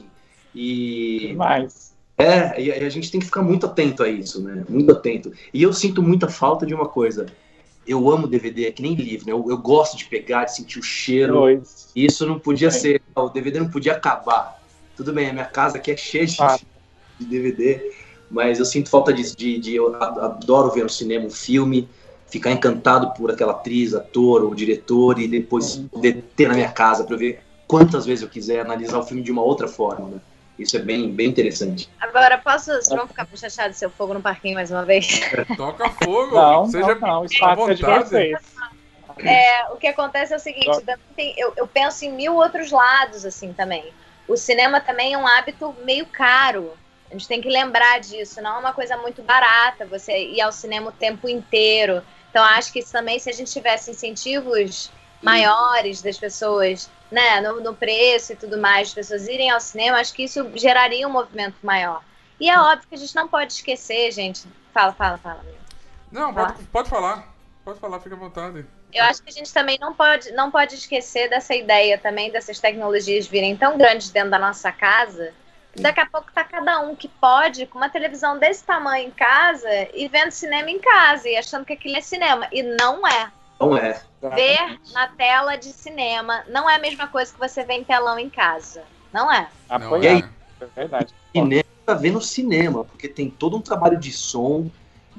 Demais. E a gente tem que ficar muito atento a isso, né? Muito atento. E eu sinto muita falta de uma coisa... Eu amo DVD, é que nem livro, né? Eu gosto de pegar, de sentir o cheiro. Isso não podia ser... O DVD não podia acabar. Tudo bem, a minha casa aqui é cheia de DVD, mas eu sinto falta disso. Eu adoro ver no cinema um filme, ficar encantado por aquela atriz, ator ou diretor, e depois poder ter na minha casa para eu ver quantas vezes eu quiser, analisar o filme de uma outra forma, né? Isso é bem, bem interessante. Agora, vocês vão ficar puxachados do seu fogo no parquinho mais uma vez? Toca fogo! Não, espaço é de vocês. O que acontece é o seguinte, eu penso em 1000 outros lados, assim, também. O cinema também é um hábito meio caro. A gente tem que lembrar disso, não é uma coisa muito barata você ir ao cinema o tempo inteiro. Então, acho que isso também, se a gente tivesse incentivos maiores das pessoas... né, no preço e tudo mais, as pessoas irem ao cinema, acho que isso geraria um movimento maior. E é óbvio que a gente não pode esquecer, gente. Fala. Não, pode falar. Pode falar, fica à vontade. Eu acho que a gente também não pode esquecer dessa ideia também, dessas tecnologias virem tão grandes dentro da nossa casa, que daqui a pouco tá cada um que pode, com uma televisão desse tamanho em casa, e vendo cinema em casa, e achando que aquilo é cinema. E não é. Não é. Ver na tela de cinema não é a mesma coisa que você vê em telão em casa. Não é. É verdade. Cinema pra ver no cinema, porque tem todo um trabalho de som,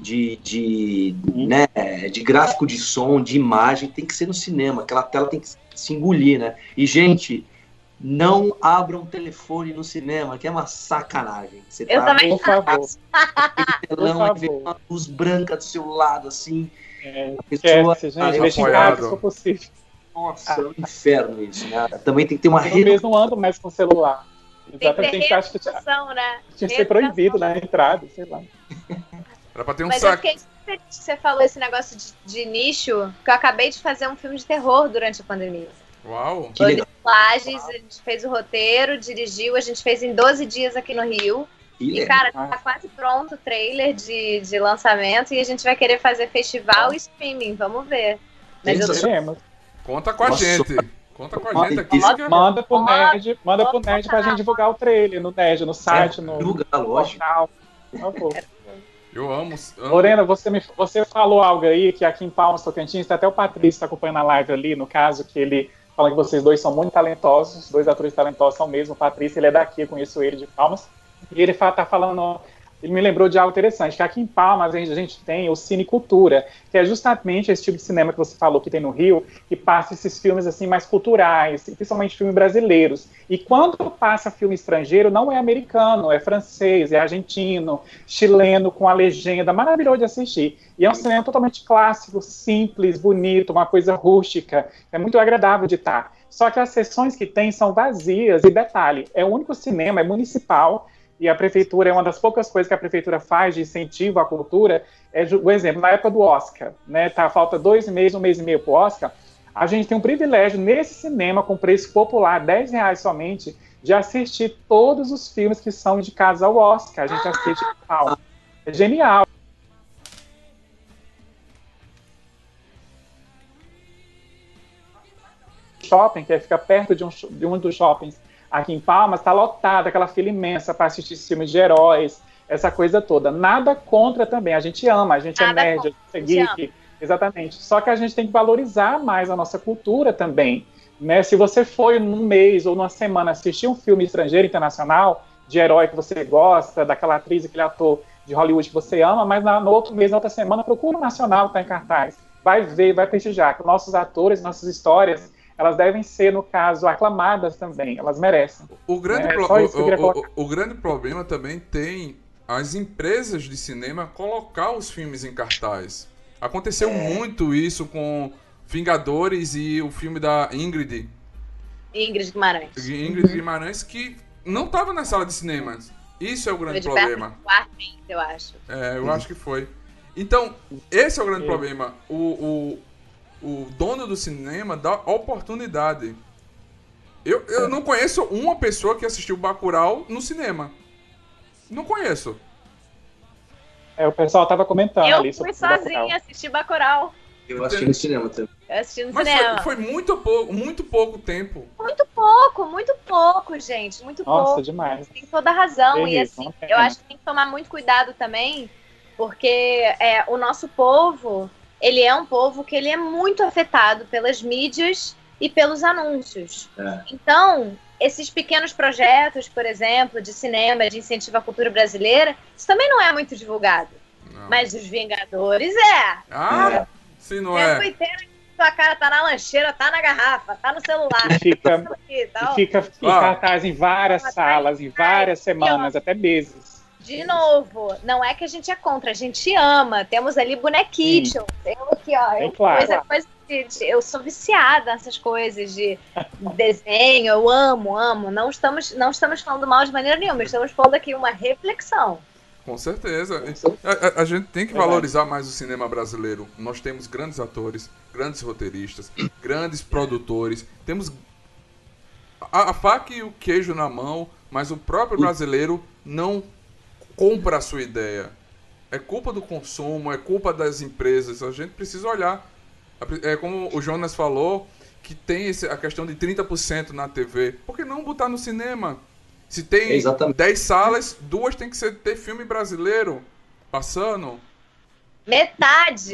de gráfico de som, de imagem, tem que ser no cinema. Aquela tela tem que se engolir, né? E, gente, não abram telefone no cinema, que é uma sacanagem. Você Eu também Por favor. telão, aí vem uma luz branca do seu lado, assim... A pessoa gente, deixa em casa se for possível. Nossa, é um inferno isso, né? Também tem que ter uma Eu mesmo não ando mais com celular. Tem que ter acho que né? tinha que ser proibido na entrada, sei lá. Era pra ter um Mas saco. eu fiquei super feliz que você falou esse negócio de nicho, que eu acabei de fazer um filme de terror durante a pandemia. Uau! Que legal. Lages, a gente fez o roteiro, dirigiu, a gente fez em 12 dias aqui no Rio. E, cara, tá quase pronto o trailer de lançamento e a gente vai querer fazer festival e streaming, vamos ver. Mas Conta com a gente. Conta com a gente aqui. Manda pro Nerd pra gente divulgar o trailer no Nerd, no site, no portal. Por favor. Eu amo. Lorena, você falou algo aí que aqui em Palmas, Tocantins, até o Patrício tá acompanhando a live ali, no caso, que ele fala que vocês dois são muito talentosos, 2 atores talentosos são mesmo. O Patrício, ele é daqui, eu conheço ele de Palmas. E ele tá falando, ele me lembrou de algo interessante, que aqui em Palmas a gente tem o Cine Cultura, que é justamente esse tipo de cinema que você falou que tem no Rio, que passa esses filmes assim mais culturais, principalmente filmes brasileiros. E quando passa filme estrangeiro, não é americano, é francês, é argentino, chileno, com a legenda, maravilhoso de assistir. E é um cinema totalmente clássico, simples, bonito, uma coisa rústica, é muito agradável de estar. Só que as sessões que tem são vazias, e detalhe, é o único cinema, é municipal, e a prefeitura, é uma das poucas coisas que a prefeitura faz de incentivo à cultura, o exemplo, na época do Oscar, né, falta 2 meses, 1 mês e meio para o Oscar, a gente tem um privilégio nesse cinema, com preço popular, R$10 somente, de assistir todos os filmes que são indicados ao Oscar. A gente assiste palma. É genial. Shopping, que fica perto de um dos shoppings aqui em Palmas, está lotado, aquela fila imensa para assistir filmes de heróis, essa coisa toda. Nada contra também, a gente ama, a gente é nerd, a gente é geek, exatamente. Só que a gente tem que valorizar mais a nossa cultura também, né? Se você foi num mês ou numa semana assistir um filme estrangeiro, internacional, de herói que você gosta, daquela atriz, aquele ator de Hollywood que você ama, mas no outro mês, na outra semana, procura o nacional que está em cartaz. Vai ver, vai prestigiar, que nossos atores, nossas histórias, elas devem ser, no caso, aclamadas também, elas merecem. O grande problema também tem as empresas de cinema colocar os filmes em cartaz. Aconteceu muito isso com Vingadores e o filme da Ingrid Guimarães, que não estava na sala de cinema. Isso é o grande problema. Eu acho. Eu acho que foi. Então, esse é o grande problema. O dono do cinema dá oportunidade. Eu não conheço uma pessoa que assistiu Bacurau no cinema. Não conheço. O pessoal tava comentando ali sobre Bacurau. Eu fui sozinha assistir Bacurau. Eu assisti no cinema também. Eu assisti no Mas cinema. Foi muito pouco tempo. Muito pouco, gente. Muito pouco. Nossa, demais. Tem toda a razão. E assim, eu acho que tem que tomar muito cuidado também, porque o nosso povo, ele é um povo que ele é muito afetado pelas mídias e pelos anúncios. Então, esses pequenos projetos, por exemplo, de cinema, de incentivo à cultura brasileira, isso também não é muito divulgado. Não. Mas os Vingadores se não é. Sua cara tá na lancheira, tá na garrafa, tá no celular. Fica em cartaz em várias salas, em várias semanas, até meses. De novo, não é que a gente é contra, a gente ama. Temos ali bonequinho. Eu aqui, eu sou viciada nessas coisas de desenho, eu amo. Não estamos falando mal de maneira nenhuma, estamos falando aqui uma reflexão. Com certeza. A gente tem que valorizar mais o cinema brasileiro. Nós temos grandes atores, grandes roteiristas, grandes produtores. Temos a faca e o queijo na mão, mas o próprio brasileiro não compra a sua ideia. É culpa do consumo, é culpa das empresas. A gente precisa olhar. É como o Jonas falou, que tem a questão de 30% na TV. Por que não botar no cinema? Se tem 10 salas, 2 tem que ter filme brasileiro passando. Metade.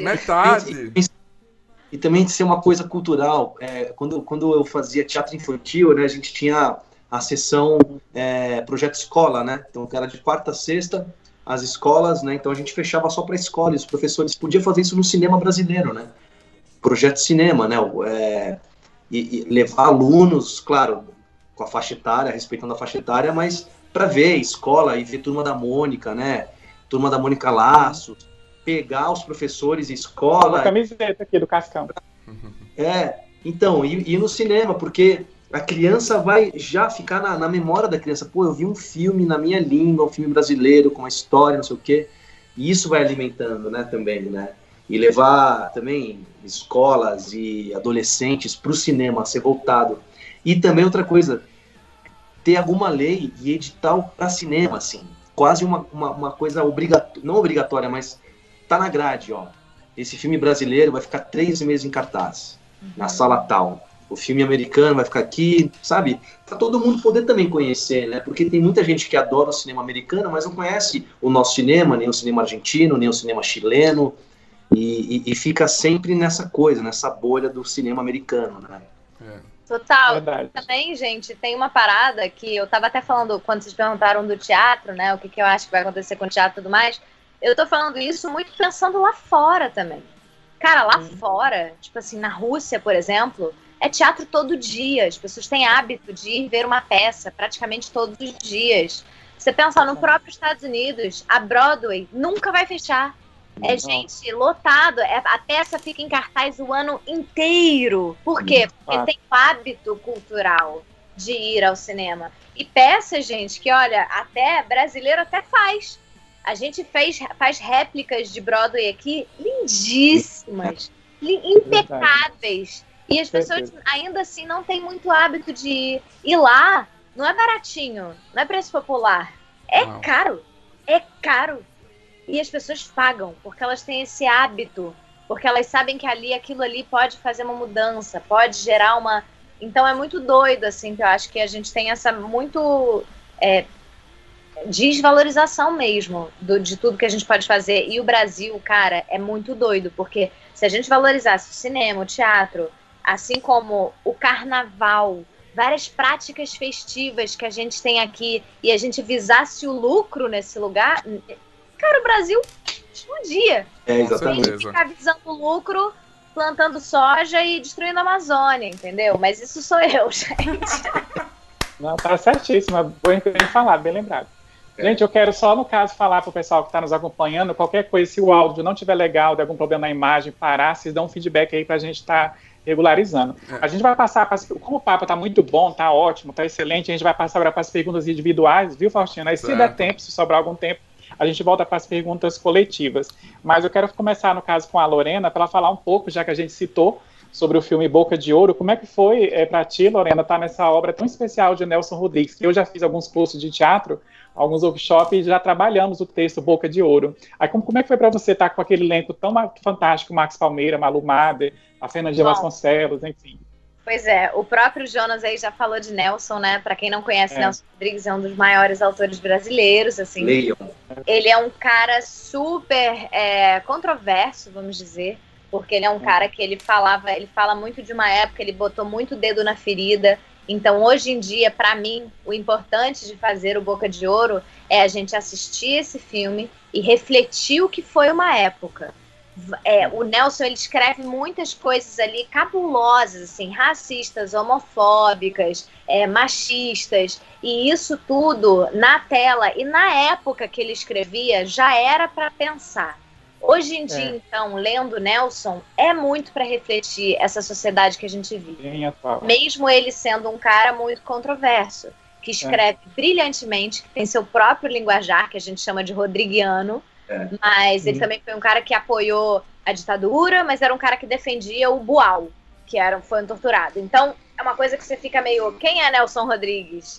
E também de ser uma coisa cultural. Quando eu fazia teatro infantil, né, a gente tinha a sessão Projeto Escola, né? Então, que era de quarta a sexta, as escolas, né? Então a gente fechava só para escola e os professores podiam fazer isso no cinema brasileiro, né? Projeto cinema, né? E levar alunos, claro, com a faixa etária, respeitando a faixa etária, mas para ver escola e ver Turma da Mônica, né? Turma da Mônica Laços, pegar os professores e escola. A camiseta aqui do Cascão. Então, ir no cinema, porque a criança vai já ficar na memória da criança. Pô, eu vi um filme na minha língua, um filme brasileiro, com uma história, não sei o quê. E isso vai alimentando, né, também, né? E levar também escolas e adolescentes para o cinema, ser voltado. E também outra coisa, ter alguma lei e edital para cinema, assim. Quase uma coisa não obrigatória, mas tá na grade, ó. Esse filme brasileiro vai ficar 3 meses em cartaz, na sala tal. O filme americano vai ficar aqui, sabe? Pra todo mundo poder também conhecer, né? Porque tem muita gente que adora o cinema americano, mas não conhece o nosso cinema, nem o cinema argentino, nem o cinema chileno. E fica sempre nessa coisa, nessa bolha do cinema americano, né? Total. Verdade. Também, gente, tem uma parada que eu tava até falando quando vocês perguntaram do teatro, né? O que eu acho que vai acontecer com o teatro e tudo mais. Eu tô falando isso muito pensando lá fora também. Cara, lá fora, tipo assim, na Rússia, por exemplo, é teatro todo dia. As pessoas têm hábito de ir ver uma peça praticamente todos os dias. Você pensa no próprio Estados Unidos, a Broadway nunca vai fechar. É gente lotado. A peça fica em cartaz o ano inteiro. Por quê? Porque tem o hábito cultural de ir ao cinema. E peças, gente, que olha, até brasileiro até faz. A gente faz réplicas de Broadway aqui lindíssimas, impecáveis. E as pessoas ainda assim não têm muito hábito de ir. E lá não é baratinho, não é preço popular. É caro. É caro. E as pessoas pagam, porque elas têm esse hábito, porque elas sabem que aquilo ali pode fazer uma mudança, pode gerar uma... Então é muito doido, assim, que eu acho que a gente tem essa muito desvalorização mesmo de tudo que a gente pode fazer. E o Brasil, cara, é muito doido, porque se a gente valorizasse o cinema, o teatro, assim como o carnaval, várias práticas festivas que a gente tem aqui, e a gente visasse o lucro nesse lugar... Cara, o Brasil explodia. Exatamente. A gente fica visando o lucro, plantando soja e destruindo a Amazônia, entendeu? Mas isso sou eu, gente. Não, tá certíssimo. Bem falado, bem lembrado. Gente, eu quero só, no caso, falar para o pessoal que está nos acompanhando, qualquer coisa, se o áudio não estiver legal, de algum problema na imagem, parar, vocês dão um feedback aí para a gente estar regularizando. A gente vai passar, como o papo está muito bom, está ótimo, está excelente, a gente vai passar agora para as perguntas individuais, viu, Faustino? Aí, se der tempo, se sobrar algum tempo, a gente volta para as perguntas coletivas. Mas eu quero começar, no caso, com a Lorena, para ela falar um pouco, já que a gente citou, sobre o filme Boca de Ouro. Como é que foi para ti, Lorena, estar nessa obra tão especial de Nelson Rodrigues? Que eu já fiz alguns cursos de teatro, alguns workshops, e já trabalhamos o texto Boca de Ouro. Aí, como é que foi para você estar com aquele elenco tão fantástico, Max Palmeira, Malu Mader, a Fernandinha Vasconcelos, enfim? Pois é, o próprio Jonas aí já falou de Nelson, né? Para quem não conhece, Nelson Rodrigues é um dos maiores autores brasileiros, assim. Leiam. Ele é um cara super controverso, vamos dizer, porque ele é um cara que ele fala muito de uma época, ele botou muito dedo na ferida. Então, hoje em dia, para mim, o importante de fazer o Boca de Ouro é a gente assistir esse filme e refletir o que foi uma época. O Nelson, ele escreve muitas coisas ali cabulosas, assim, racistas, homofóbicas, machistas, e isso tudo na tela, e na época que ele escrevia já era para pensar. Hoje em dia, então, lendo Nelson, é muito para refletir essa sociedade que a gente vive. Mesmo ele sendo um cara muito controverso, que escreve brilhantemente, que tem seu próprio linguajar, que a gente chama de rodriguiano, mas ele também foi um cara que apoiou a ditadura, mas era um cara que defendia o Boal, que foi um torturado. Então, é uma coisa que você fica meio... Quem é Nelson Rodrigues?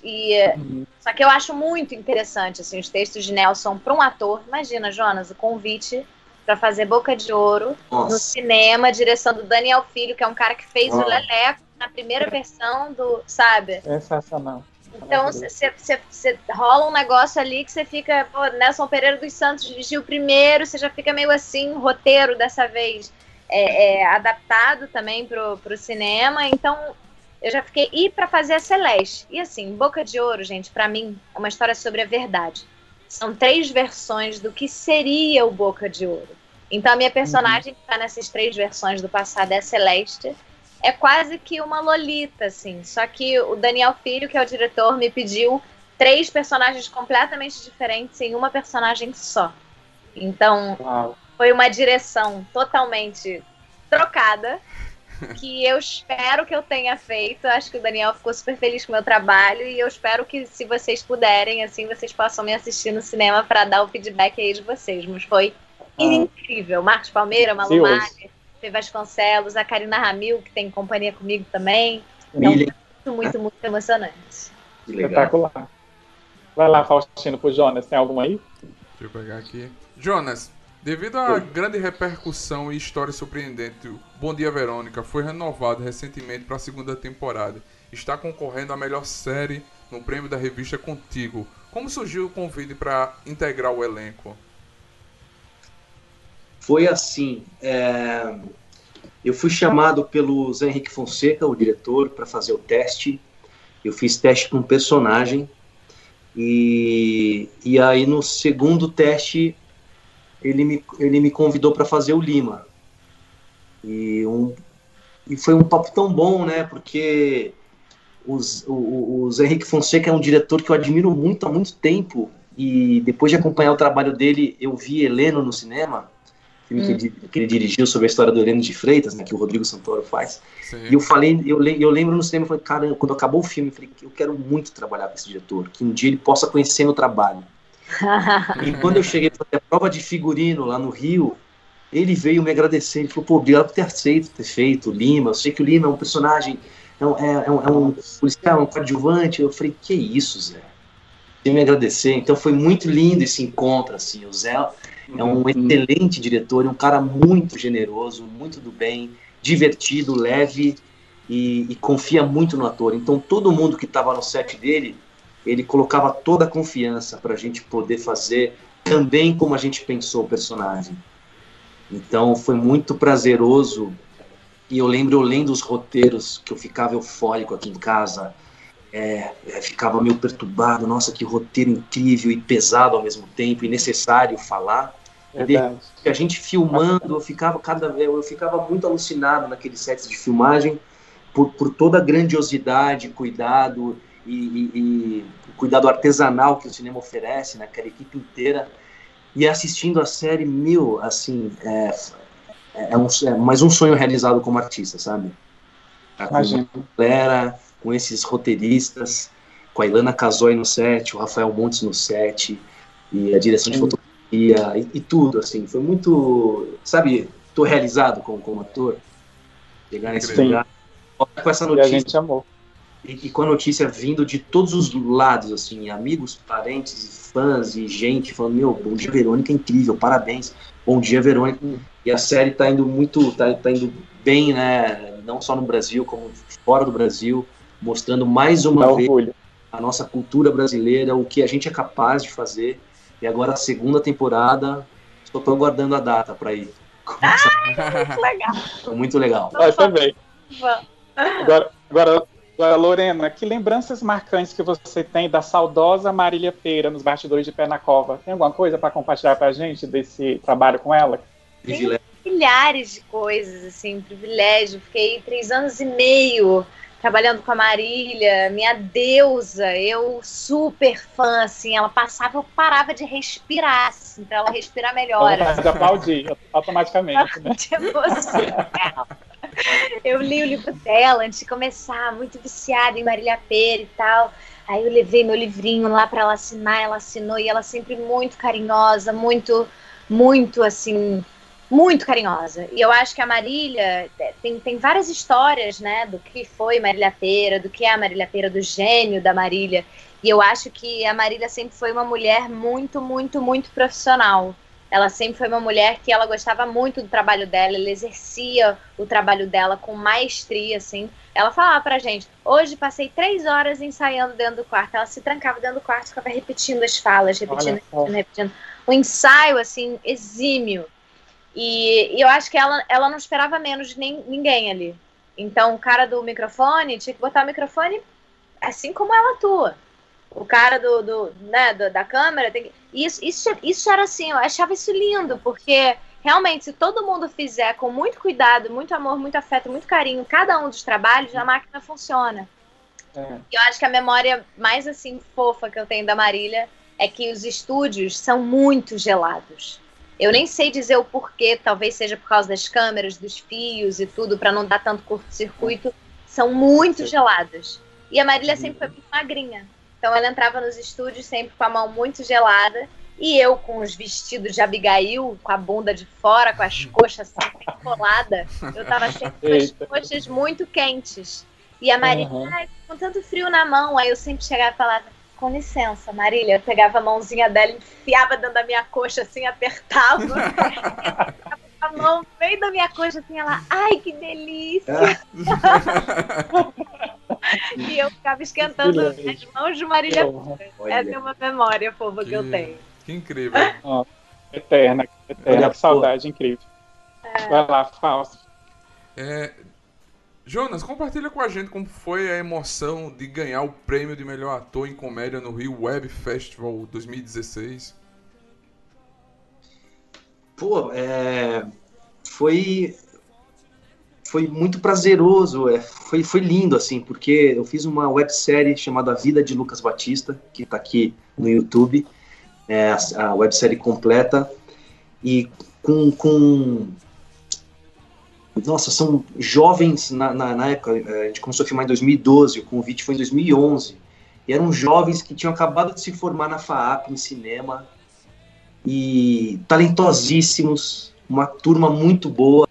Só que eu acho muito interessante assim, os textos de Nelson para um ator. Imagina, Jonas, o convite para fazer Boca de Ouro no cinema, direção do Daniel Filho, que é um cara que fez o Leleco na primeira versão do... Sabe? Sensacional. Então, você rola um negócio ali que você fica... Pô, Nelson Pereira dos Santos dirigiu o primeiro, você já fica meio assim, roteiro dessa vez adaptado também pro cinema. Então, eu já fiquei... E para fazer a Celeste. E assim, Boca de Ouro, gente, para mim, é uma história sobre a verdade. São 3 versões do que seria o Boca de Ouro. Então, a minha personagem que tá nessas 3 versões do passado é a Celeste. É quase que uma Lolita, assim. Só que o Daniel Filho, que é o diretor, me pediu 3 personagens completamente diferentes em uma personagem só. Então, foi uma direção totalmente trocada, que eu espero que eu tenha feito. Acho que o Daniel ficou super feliz com o meu trabalho e eu espero que, se vocês puderem, assim, vocês possam me assistir no cinema para dar o feedback aí de vocês. Mas foi incrível. Marcos Palmeira, Malu Mader, Fê Vasconcelos, a Karina Ramil, que tem companhia comigo também. Então, muito, muito emocionante. Espetacular. Vai lá, Faustino, pro Jonas. Tem alguma aí? Deixa eu pegar aqui. Jonas, devido à grande repercussão e história surpreendente, o Bom Dia Verônica foi renovado recentemente para a 2ª temporada. Está concorrendo à melhor série no prêmio da revista Contigo. Como surgiu o convite para integrar o elenco? Foi assim, eu fui chamado pelo Zé Henrique Fonseca, o diretor, para fazer o teste. Eu fiz teste com um personagem e aí no segundo teste ele me convidou para fazer o Lima. E foi um papo tão bom, né? Porque o Zé Henrique Fonseca é um diretor que eu admiro muito há muito tempo, e depois de acompanhar o trabalho dele, eu vi Heleno no cinema. filme que ele dirigiu sobre a história do Heleno de Freitas, né, que o Rodrigo Santoro faz. Sim. E eu lembro no cinema, eu falei, caramba, quando acabou o filme, eu falei, eu quero muito trabalhar com esse diretor, que um dia ele possa conhecer meu trabalho. E quando eu cheguei para fazer a prova de figurino lá no Rio, ele veio me agradecer, ele falou, pô, obrigado por ter aceito, ter feito o Lima, eu sei que o Lima é um personagem, é um policial, um coadjuvante. Eu falei, que isso, Zé? Ele me agradecer, então foi muito lindo esse encontro, assim, o Zé é um excelente diretor, é um cara muito generoso, muito do bem, divertido, leve e confia muito no ator. Então todo mundo que estava no set dele, ele colocava toda a confiança para a gente poder fazer também como a gente pensou o personagem. Então foi muito prazeroso. E eu lembro, eu lendo os roteiros, que eu ficava eufórico aqui em casa, ficava meio perturbado, nossa, que roteiro incrível e pesado ao mesmo tempo, e necessário falar. E a gente filmando, eu ficava muito alucinado naqueles sets de filmagem, por toda a grandiosidade, cuidado e cuidado artesanal que o cinema oferece, né, aquela equipe inteira. E assistindo a série, assim, mais um sonho realizado como artista, sabe? Imagina. Com a galera, com esses roteiristas, com a Ilana Casoy no set, o Rafael Montes no set, e a direção de fotografia, e tudo, assim, foi muito, sabe, tô realizado como ator, chegar nesse lugar, com essa notícia. E a gente amou. E com a notícia vindo de todos os lados, assim, amigos, parentes, fãs e gente falando, meu, bom dia, Verônica, incrível, parabéns, bom dia, Verônica. E a série tá indo tá indo bem, né, não só no Brasil, como fora do Brasil, mostrando mais uma vez a nossa cultura brasileira, o que a gente é capaz de fazer. E agora a segunda temporada, só tô aguardando a data para ir. Muito legal. Muito legal. Também. Agora, Lorena, que lembranças marcantes que você tem da saudosa Marília Pêra nos bastidores de Pé na Cova? Tem alguma coisa para compartilhar pra gente desse trabalho com ela? Tem milhares de coisas, assim, privilégio. Fiquei 3 anos e meio trabalhando com a Marília, minha deusa, eu super fã, assim, ela passava, eu parava de respirar, assim, pra ela respirar melhor. Assim. De aplaudir, automaticamente. Né? De emoção. Eu li o livro dela antes de começar, muito viciada em Marília Pêra e tal. Aí eu levei meu livrinho lá pra ela assinar, ela assinou, e ela sempre muito carinhosa, muito, assim, muito carinhosa. E eu acho que a Marília tem várias histórias, né, do que foi Marília Pêra, do que é a Marília Pêra, do gênio da Marília. E eu acho que a Marília sempre foi uma mulher muito, muito, muito profissional. Ela sempre foi uma mulher que ela gostava muito do trabalho dela, ela exercia o trabalho dela com maestria, assim. Ela falava pra gente, hoje passei 3 horas ensaiando dentro do quarto. Ela se trancava dentro do quarto, ficava repetindo as falas, repetindo. Um ensaio, assim, exímio. E eu acho que ela não esperava menos de ninguém ali. Então, o cara do microfone tinha que botar o microfone assim como ela atua. O cara da câmera tem que... Isso era assim, eu achava isso lindo, porque realmente, se todo mundo fizer com muito cuidado, muito amor, muito afeto, muito carinho, cada um dos trabalhos, a máquina funciona. Eu acho que a memória mais assim fofa que eu tenho da Marília é que os estúdios são muito gelados. Eu nem sei dizer o porquê, talvez seja por causa das câmeras, dos fios e tudo, para não dar tanto curto-circuito. São muito gelados. E a Marília sempre foi muito magrinha. Então ela entrava nos estúdios sempre com a mão muito gelada. E eu com os vestidos de Abigail, com a bunda de fora, com as coxas assim, coladas. Eu tava sempre com as coxas muito quentes. E a Marília, com tanto frio na mão, aí eu sempre chegava e falava, com licença, Marília. Eu pegava a mãozinha dela, enfiava dentro da minha coxa, assim, apertava. A mão no meio da minha coxa, assim, ela, ai, que delícia! E eu ficava esquentando as mãos de Marília. Essa é uma memória fofa que eu tenho. Que incrível. Eterna, que saudade, incrível. Vai lá, Fausto. Jonas, compartilha com a gente como foi a emoção de ganhar o prêmio de melhor ator em comédia no Rio Web Festival 2016. Pô, foi muito prazeroso, foi lindo, assim, porque eu fiz uma websérie chamada A Vida de Lucas Batista, que tá aqui no YouTube, a websérie completa, e com... Nossa, são jovens na época, a gente começou a filmar em 2012, o convite foi em 2011, e eram jovens que tinham acabado de se formar na FAAP em cinema, e talentosíssimos, uma turma muito boa.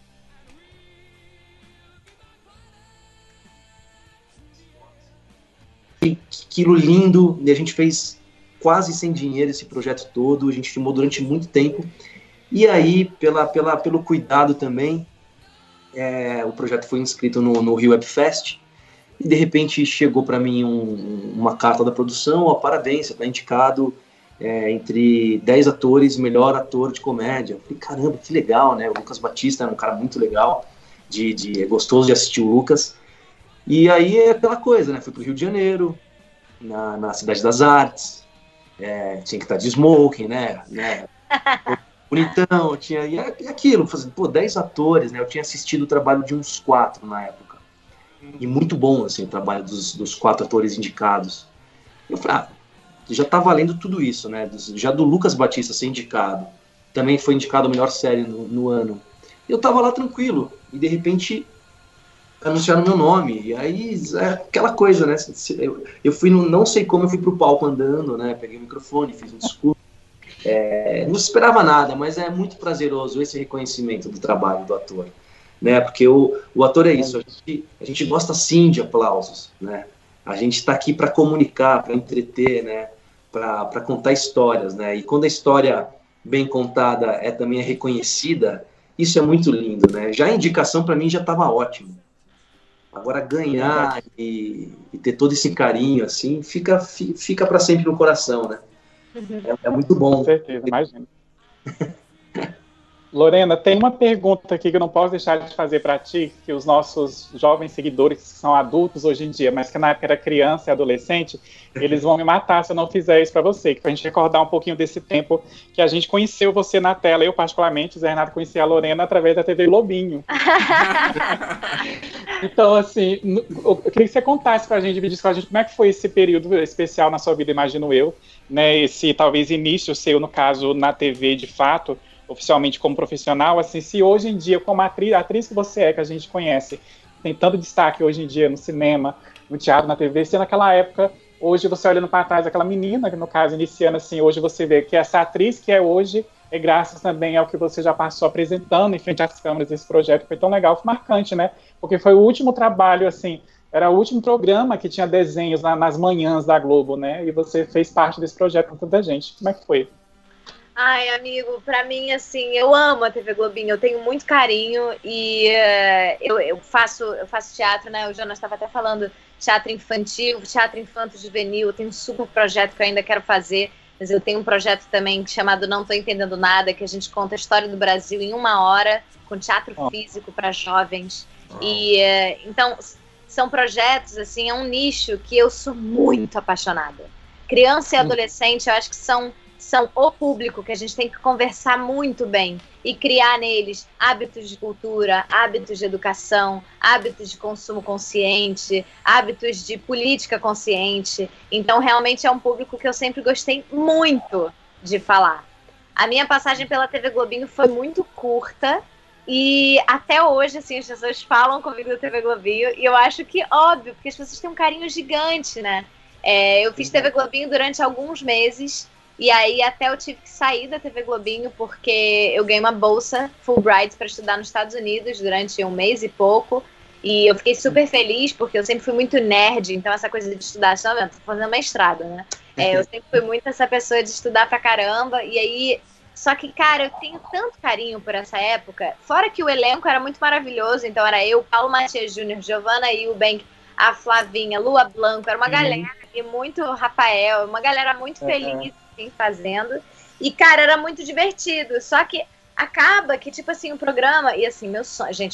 Aquilo lindo, e a gente fez quase sem dinheiro esse projeto todo, a gente filmou durante muito tempo, e aí, pelo cuidado também, o projeto foi inscrito no Rio Web Fest, e de repente chegou para mim uma carta da produção: ó, parabéns, você está indicado entre 10 atores, melhor ator de comédia. Eu falei, caramba, que legal, né? O Lucas Batista era um cara muito legal, é gostoso de assistir o Lucas. E aí é aquela coisa, né? Fui pro Rio de Janeiro, na Cidade das Artes, tinha que estar de smoking, né? Bonitão, e aquilo, fazendo, 10 atores, né? Eu tinha assistido o trabalho de uns 4 na época. E muito bom, assim, o trabalho dos 4 atores indicados. Eu falei, já tá valendo tudo isso, né? Já do Lucas Batista ser indicado, também foi indicado a melhor série no ano. Eu tava lá tranquilo, e de repente anunciaram meu nome, e aí é aquela coisa, né? Eu fui, não sei como, eu fui pro palco andando, né? Peguei o microfone, fiz um discurso. Não esperava nada, mas é muito prazeroso esse reconhecimento do trabalho do ator, né? Porque o ator é isso, a gente gosta sim de aplausos, né? A gente está aqui para comunicar, para entreter, né? Para contar histórias, né? E quando a história bem contada também é reconhecida, isso é muito lindo, né? Já a indicação para mim já estava ótimo. Agora ganhar e ter todo esse carinho assim, fica para sempre no coração, né? É muito bom. Com certeza, imagino. Lorena, tem uma pergunta aqui que eu não posso deixar de fazer para ti, que os nossos jovens seguidores, que são adultos hoje em dia, mas que na época era criança e adolescente, eles vão me matar se eu não fizer isso para você, que para a gente recordar um pouquinho desse tempo que a gente conheceu você na tela. Eu, particularmente, Zé Renato, conheci a Lorena através da TV Globinho. Então, assim, eu queria que você contasse para a gente, dividisse com a gente como é que foi esse período especial na sua vida, imagino eu, né? Esse, talvez, início seu, no caso, na TV, de fato, oficialmente como profissional, assim, se hoje em dia, como atriz que você que a gente conhece, tem tanto destaque hoje em dia no cinema, no teatro, na TV, se naquela época, hoje você olhando para trás, aquela menina, que no caso, iniciando assim, hoje você vê que essa atriz que é hoje, é graças também ao que você já passou apresentando em frente às câmeras desse projeto, que foi tão legal, foi marcante, né? Porque foi o último trabalho, assim, era o último programa que tinha desenhos nas manhãs da Globo, né? E você fez parte desse projeto com tanta gente. Como é que foi? Ai, amigo, pra mim, assim, eu amo a TV Globinho, eu tenho muito carinho e eu faço teatro, né? O Jonas estava até falando teatro infantil, teatro infanto-juvenil, eu tenho um super projeto que eu ainda quero fazer, mas eu tenho um projeto também chamado Não Tô Entendendo Nada, que a gente conta a história do Brasil em 1 hora, com teatro físico para jovens. E então, são projetos, assim, é um nicho que eu sou muito apaixonada. Criança e adolescente, eu acho que são o público que a gente tem que conversar muito bem e criar neles hábitos de cultura, hábitos de educação, hábitos de consumo consciente, hábitos de política consciente. Então, realmente é um público que eu sempre gostei muito de falar. A minha passagem pela TV Globinho foi muito curta e até hoje, assim, as pessoas falam comigo da TV Globinho e eu acho que, óbvio, porque as pessoas têm um carinho gigante, né? Eu fiz TV Globinho durante alguns meses. E aí até eu tive que sair da TV Globinho porque eu ganhei uma bolsa Fulbright para estudar nos Estados Unidos durante 1 mês e pouco. E eu fiquei super feliz porque eu sempre fui muito nerd, então essa coisa de estudar, tô fazendo mestrado, né? Eu sempre fui muito essa pessoa de estudar pra caramba. E aí, só que, cara, eu tenho tanto carinho por essa época. Fora que o elenco era muito maravilhoso, então era eu, Paulo Matias Júnior, Giovanna Eubank, a Flavinha, Lua Blanco, era uma galera, e muito Rafael, uma galera muito feliz fazendo, e cara, era muito divertido, só que acaba que, tipo assim, o programa, e assim, meu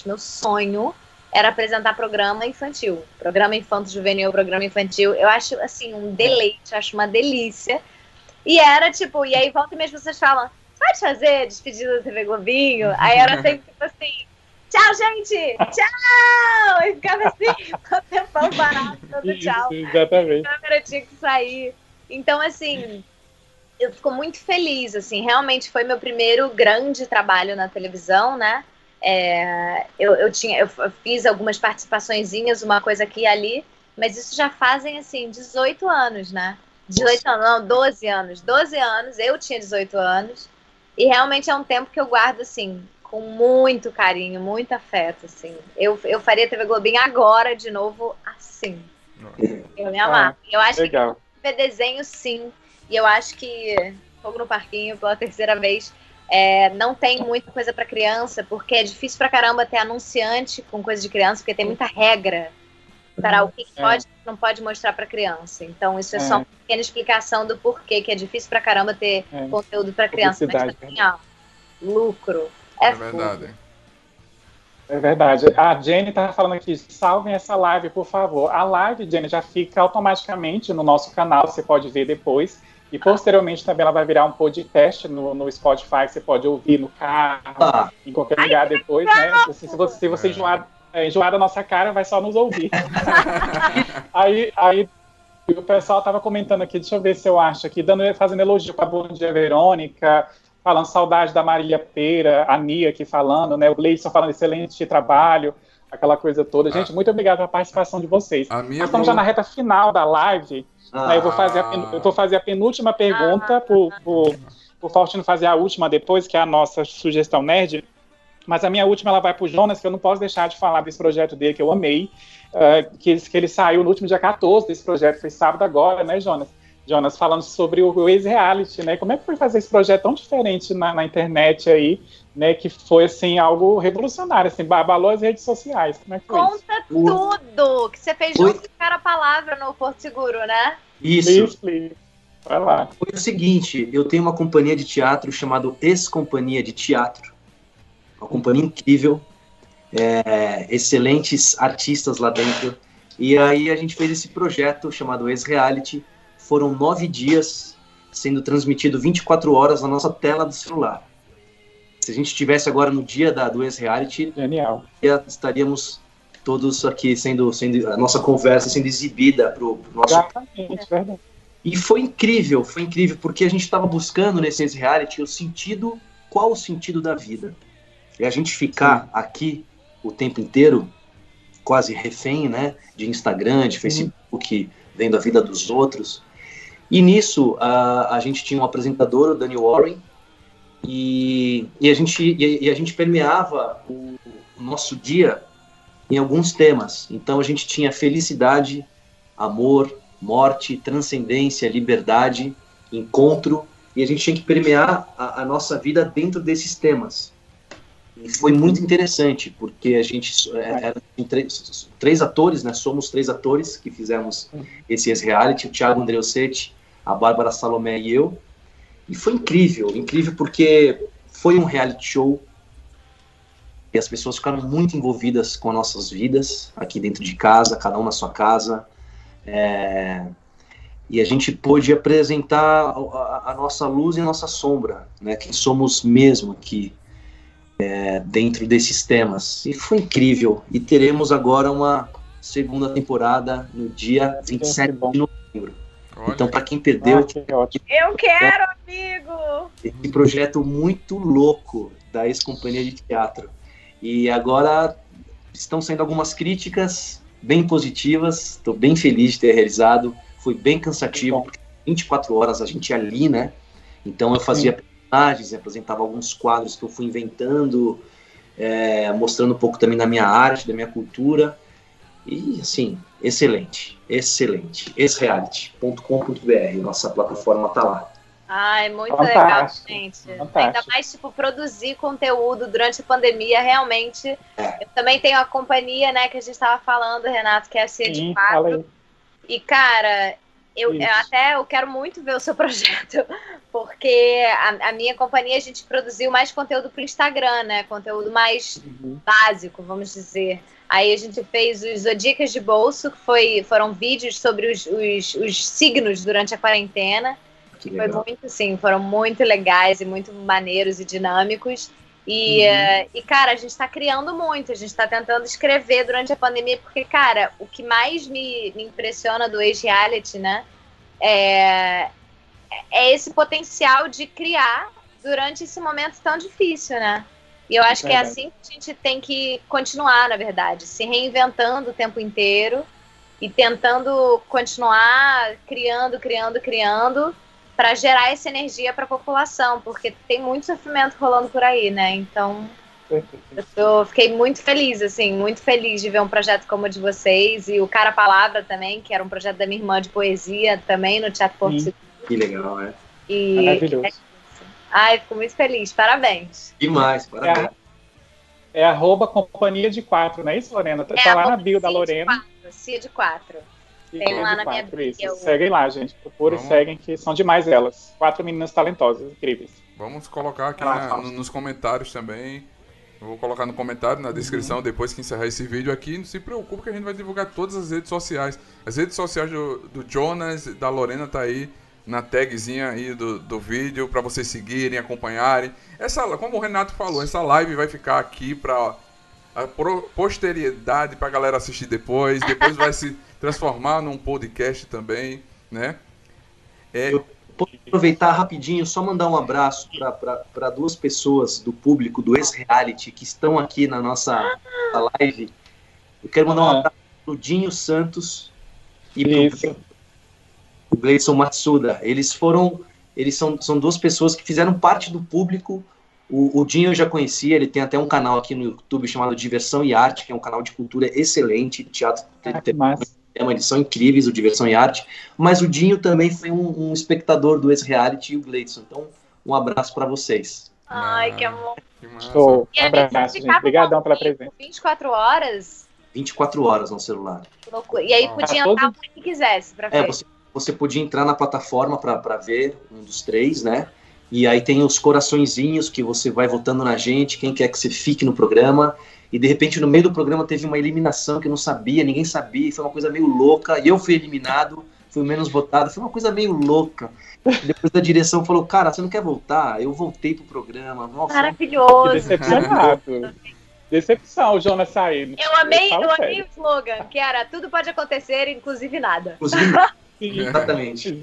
sonho era apresentar programa infantil, programa infanto-juvenil, programa infantil, eu acho, assim, um deleite, eu acho uma delícia, e era, tipo, e aí volta e meia as pessoas falam, pode fazer despedida da TV Globinho? Aí era sempre, tipo assim, tchau, gente, tchau, e ficava assim, o tempão parado, todo tchau, exatamente. A câmera tinha que sair, então, assim, eu fico muito feliz, assim, realmente foi meu primeiro grande trabalho na televisão, né? Eu fiz algumas participaçõezinhas, uma coisa aqui e ali, mas isso já fazem, assim, 18 anos, né? 18 anos, não, 12 anos. 12 anos, eu tinha 18 anos, e realmente é um tempo que eu guardo, assim, com muito carinho, muito afeto, assim. Eu faria TV Globinho agora, de novo, assim. Eu me amava. Eu acho legal. que ver desenho, sim. E eu acho que Fogo no Parquinho, pela terceira vez, não tem muita coisa pra criança, porque é difícil pra caramba ter anunciante com coisa de criança, porque tem muita regra para o que pode e não pode mostrar pra criança. Então, isso é só uma pequena explicação do porquê que é difícil pra caramba ter conteúdo pra criança. Mas também, lucro. É verdade. É verdade. A Jenny tá falando aqui, salvem essa live, por favor. A live, Jenny, já fica automaticamente no nosso canal, você pode ver depois. E posteriormente também ela vai virar um podcast no Spotify, que você pode ouvir no carro, em qualquer lugar depois, né? Se você enjoar da nossa cara, vai só nos ouvir. aí o pessoal tava comentando aqui, deixa eu ver se eu acho aqui, fazendo elogio para a Bom Dia Verônica, falando saudade da Marília Pera, a Nia aqui falando, né? O Gleison falando excelente trabalho, aquela coisa toda. Gente, muito obrigado pela participação de vocês. Nós estamos já na reta final da live. Né? Eu vou fazer a penúltima pergunta pro Faustino fazer a última depois, que é a nossa sugestão nerd. Mas a minha última ela vai pro Jonas, que eu não posso deixar de falar desse projeto dele, que eu amei. Que ele saiu no último dia 14 desse projeto, foi sábado agora, né, Jonas? Jonas, falando sobre o ex-reality, né? Como é que foi fazer esse projeto tão diferente na internet aí, né? Que foi, assim, algo revolucionário, assim, abalou as redes sociais. Como é que foi Conta tudo! Que você fez junto com o Cara Palavra no Porto Seguro, né? Isso. Vai lá. Foi o seguinte, eu tenho uma companhia de teatro chamada Ex-Companhia de Teatro. Uma companhia incrível, excelentes artistas lá dentro. E aí a gente fez esse projeto chamado Ex-Reality. Foram 9 dias sendo transmitido 24 horas na nossa tela do celular. Se a gente estivesse agora no dia do Ex-Reality, genial, estaríamos todos aqui sendo a nossa conversa sendo exibida para o nosso... Exatamente, verdade. E foi incrível, porque a gente estava buscando nesse Ex-Reality qual o sentido da vida. E a gente ficar aqui o tempo inteiro, quase refém, né, de Instagram, de Facebook, vendo a vida dos outros. E nisso, a gente tinha um apresentador, o Danny Warren, e a gente permeava o nosso dia em alguns temas. Então a gente tinha felicidade, amor, morte, transcendência, liberdade, encontro, e a gente tinha que permear a nossa vida dentro desses temas. E foi muito interessante, porque a gente era três atores, né? Somos 3 atores que fizemos esse ex-reality, o Thiago Andreucetti, a Bárbara Salomé e eu. E foi incrível porque foi um reality show e as pessoas ficaram muito envolvidas com as nossas vidas, aqui dentro de casa, cada um na sua casa. E a gente pôde apresentar a nossa luz e a nossa sombra, né? Quem somos mesmo aqui. Dentro desses temas. E foi incrível. E teremos agora uma segunda temporada no dia 27 de novembro. Olha. Então, para quem perdeu... Eu quero, amigo! Esse projeto muito louco da Ex-Companhia de Teatro. E agora estão saindo algumas críticas bem positivas. Estou bem feliz de ter realizado. Foi bem cansativo, porque 24 horas a gente ali, né? Então eu fazia... apresentava alguns quadros que eu fui inventando, mostrando um pouco também da minha arte, da minha cultura, e assim, excelente, exreality.com.br, nossa plataforma tá lá. Ai, muito legal, gente. Ainda mais, tipo, produzir conteúdo durante a pandemia, realmente. Eu também tenho a companhia, né, que a gente tava falando, Renato, que é a C de 4. E, cara... Eu quero muito ver o seu projeto, porque a minha companhia, a gente produziu mais conteúdo para o Instagram, né? Conteúdo mais básico, vamos dizer. Aí a gente fez os Zodíacas de Bolso, que foram vídeos sobre os signos durante a quarentena. Foram muito legais e muito maneiros e dinâmicos. E, cara, a gente tá criando muito, a gente tá tentando escrever durante a pandemia, porque, cara, o que mais me impressiona do ex-reality, né, é é esse potencial de criar durante esse momento tão difícil, né? E eu acho que é assim que a gente tem que continuar, na verdade, se reinventando o tempo inteiro e tentando continuar criando para gerar essa energia para a população, porque tem muito sofrimento rolando por aí, né? Então, eu fiquei muito feliz, assim, muito feliz de ver um projeto como o de vocês e o Cara Palavra também, que era um projeto da minha irmã de poesia também no Teatro Porto Seguro. Que legal, né? Maravilhoso. Ai, fico muito feliz, parabéns. Demais, parabéns. É @companhia de 4, não é isso, Lorena? Tá lá na bio da Lorena. Cia de 4. Tem lá na minha bio. Seguem lá, gente. Procura e seguem, que são demais elas. 4 meninas talentosas, incríveis. Vamos colocar aqui nos comentários também. Eu vou colocar no comentário, na descrição, depois que encerrar esse vídeo aqui. Não se preocupe que a gente vai divulgar todas as redes sociais. As redes sociais do Jonas, da Lorena, tá aí na tagzinha aí do vídeo, para vocês seguirem, acompanharem. Como o Renato falou, essa live vai ficar aqui para a posteridade, para a galera assistir depois vai se transformar num podcast também, né? Eu posso aproveitar rapidinho, só mandar um abraço para 2 pessoas do público do ex-reality que estão aqui na nossa live. Eu quero mandar um abraço pro Dinho Santos e pro o Gleison Matsuda. Eles são 2 pessoas que fizeram parte do público. O Dinho eu já conhecia, ele tem até um canal aqui no YouTube chamado Diversão e Arte, que é um canal de cultura excelente, de teatro. Eles são incríveis, o Diversão e Arte. Mas o Dinho também foi um espectador do ex-reality e o Gleison. Então, um abraço para vocês. Ai, que amor. Um abraço, gente. Obrigadão pela presença. 24 horas? 24 horas no celular. E aí podia entrar o que quisesse para ver. Você podia entrar na plataforma para ver um dos 3, né? E aí tem os coraçõezinhos que você vai votando na gente, quem quer que você fique no programa. E de repente no meio do programa teve uma eliminação que eu não sabia, ninguém sabia, foi uma coisa meio louca. E eu fui eliminado, fui o menos votado, foi uma coisa meio louca. E depois da direção falou, cara, você não quer voltar? Eu voltei pro programa. Nossa, maravilhoso. Que decepcionado. Decepção, o Jonas sair. Eu amei o slogan, que era tudo pode acontecer, inclusive nada. Inclusive Exatamente.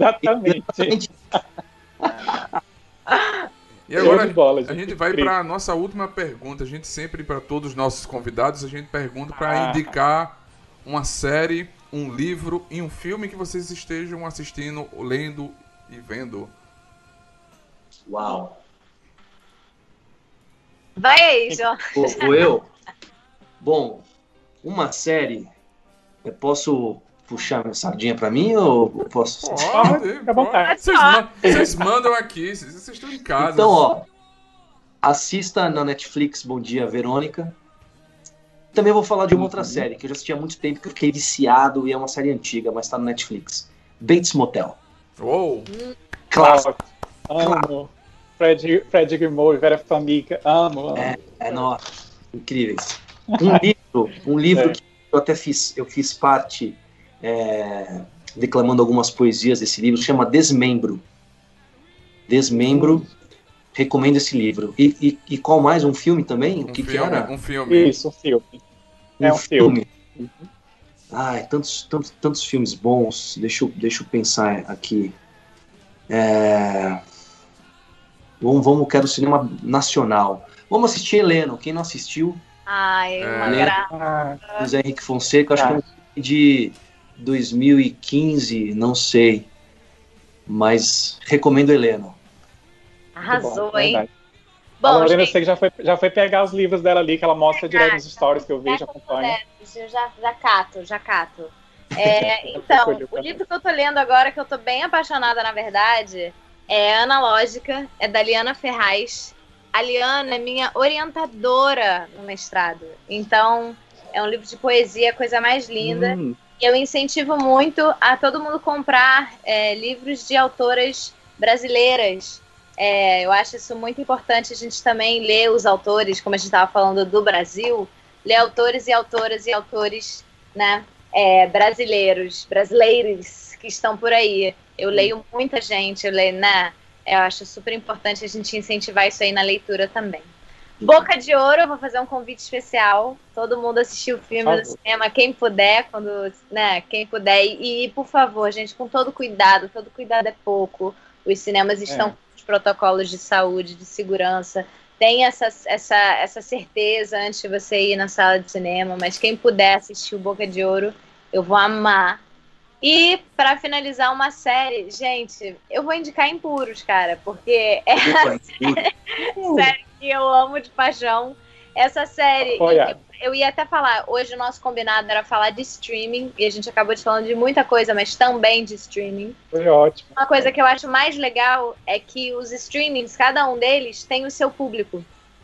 E agora a gente vai para a nossa última pergunta. A gente sempre, para todos os nossos convidados, a gente pergunta para indicar uma série, um livro e um filme que vocês estejam assistindo, lendo e vendo. Uau! Vai aí, João. Ou eu? Bom, uma série, eu posso puxar minha sardinha pra mim ou posso? Pode. Vocês mandam aqui, vocês estão em casa. Então, ó, assista na Netflix Bom Dia, Verônica. Também vou falar de uma outra série que eu já assisti há muito tempo, que eu fiquei viciado e é uma série antiga, mas tá no Netflix. Bates Motel. Uou! Clássico. Amo. Fred Gilmore, Vera Farmiga, amo. Nossa, incríveis. Um livro que eu fiz parte declamando algumas poesias desse livro, chama Desmembro. Recomendo esse livro. E qual mais? Um filme também? Que era? Um filme. Isso, um filme. Um filme. Ai, tantos filmes bons. Deixa eu pensar aqui. Quero cinema nacional. Vamos assistir Heleno. Quem não assistiu? Ai, uma graça. José Henrique Fonseca, acho que é um filme de 2015, não sei. Mas recomendo Heleno. Arrasou, hein? Bom, a Lorena, eu sei que já foi pegar os livros dela ali, que ela mostra direto nos stories que eu vejo, acompanho. Já cato. Então, o livro que eu tô lendo agora, que eu tô bem apaixonada, na verdade, é Analógica, é da Liana Ferraz. A Liana é minha orientadora no mestrado. Então, é um livro de poesia, a coisa mais linda. E eu incentivo muito a todo mundo comprar livros de autoras brasileiras. Eu acho isso muito importante, a gente também ler os autores, como a gente estava falando do Brasil, ler autores e autores, né, brasileiros que estão por aí. Eu leio muita gente, eu acho super importante a gente incentivar isso aí na leitura também. Boca de Ouro, eu vou fazer um convite especial. Todo mundo assistiu o filme no cinema, quem puder, quem puder. E, por favor, gente, com todo cuidado é pouco. os cinemas estão com os protocolos de saúde, de segurança. Tem essa certeza antes de você ir na sala de cinema, mas quem puder assistir o Boca de Ouro, eu vou amar. E, para finalizar uma série, gente, eu vou indicar Impuros, cara, porque é a série que eu amo de paixão. Essa série, eu ia até falar, hoje o nosso combinado era falar de streaming, e a gente acabou de falando de muita coisa, mas também de streaming. Foi ótimo. Uma coisa que eu acho mais legal é que os streamings, cada um deles tem o seu público.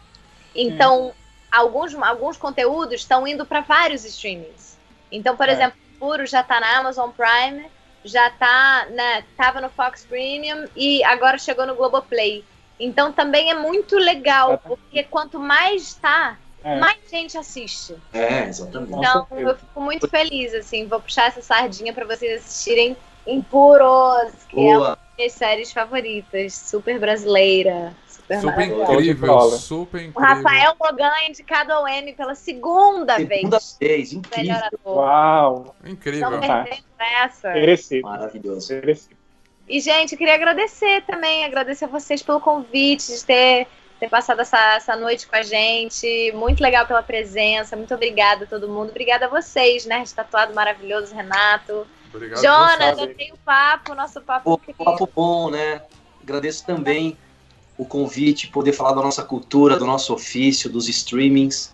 Então, alguns conteúdos estão indo para vários streamings. Então, por exemplo, Puro já tá na Amazon Prime, já tá, né, tava no Fox Premium e agora chegou no Globoplay. Então também é muito legal, porque quanto mais tá, mais gente assiste. Exatamente. Então eu fico muito feliz, assim, vou puxar essa sardinha para vocês assistirem Impuros, que é uma das minhas séries favoritas, super brasileira. Super incrível, super incrível. O Rafael Logan indicado ao Emmy pela segunda vez. Segunda vez, incrível. Uau! Incrível. Não perdendo essa. Merecido. Maravilhoso. Merecido. E, gente, eu queria agradecer também, agradecer a vocês pelo convite, de ter passado essa noite com a gente. Muito legal pela presença, muito obrigada a todo mundo. Obrigada a vocês, né? Tatuado maravilhoso, Renato. Obrigado. Jonas, eu tenho nosso papo querido. Papo bom, né? Agradeço também o convite, poder falar da nossa cultura, do nosso ofício, dos streamings.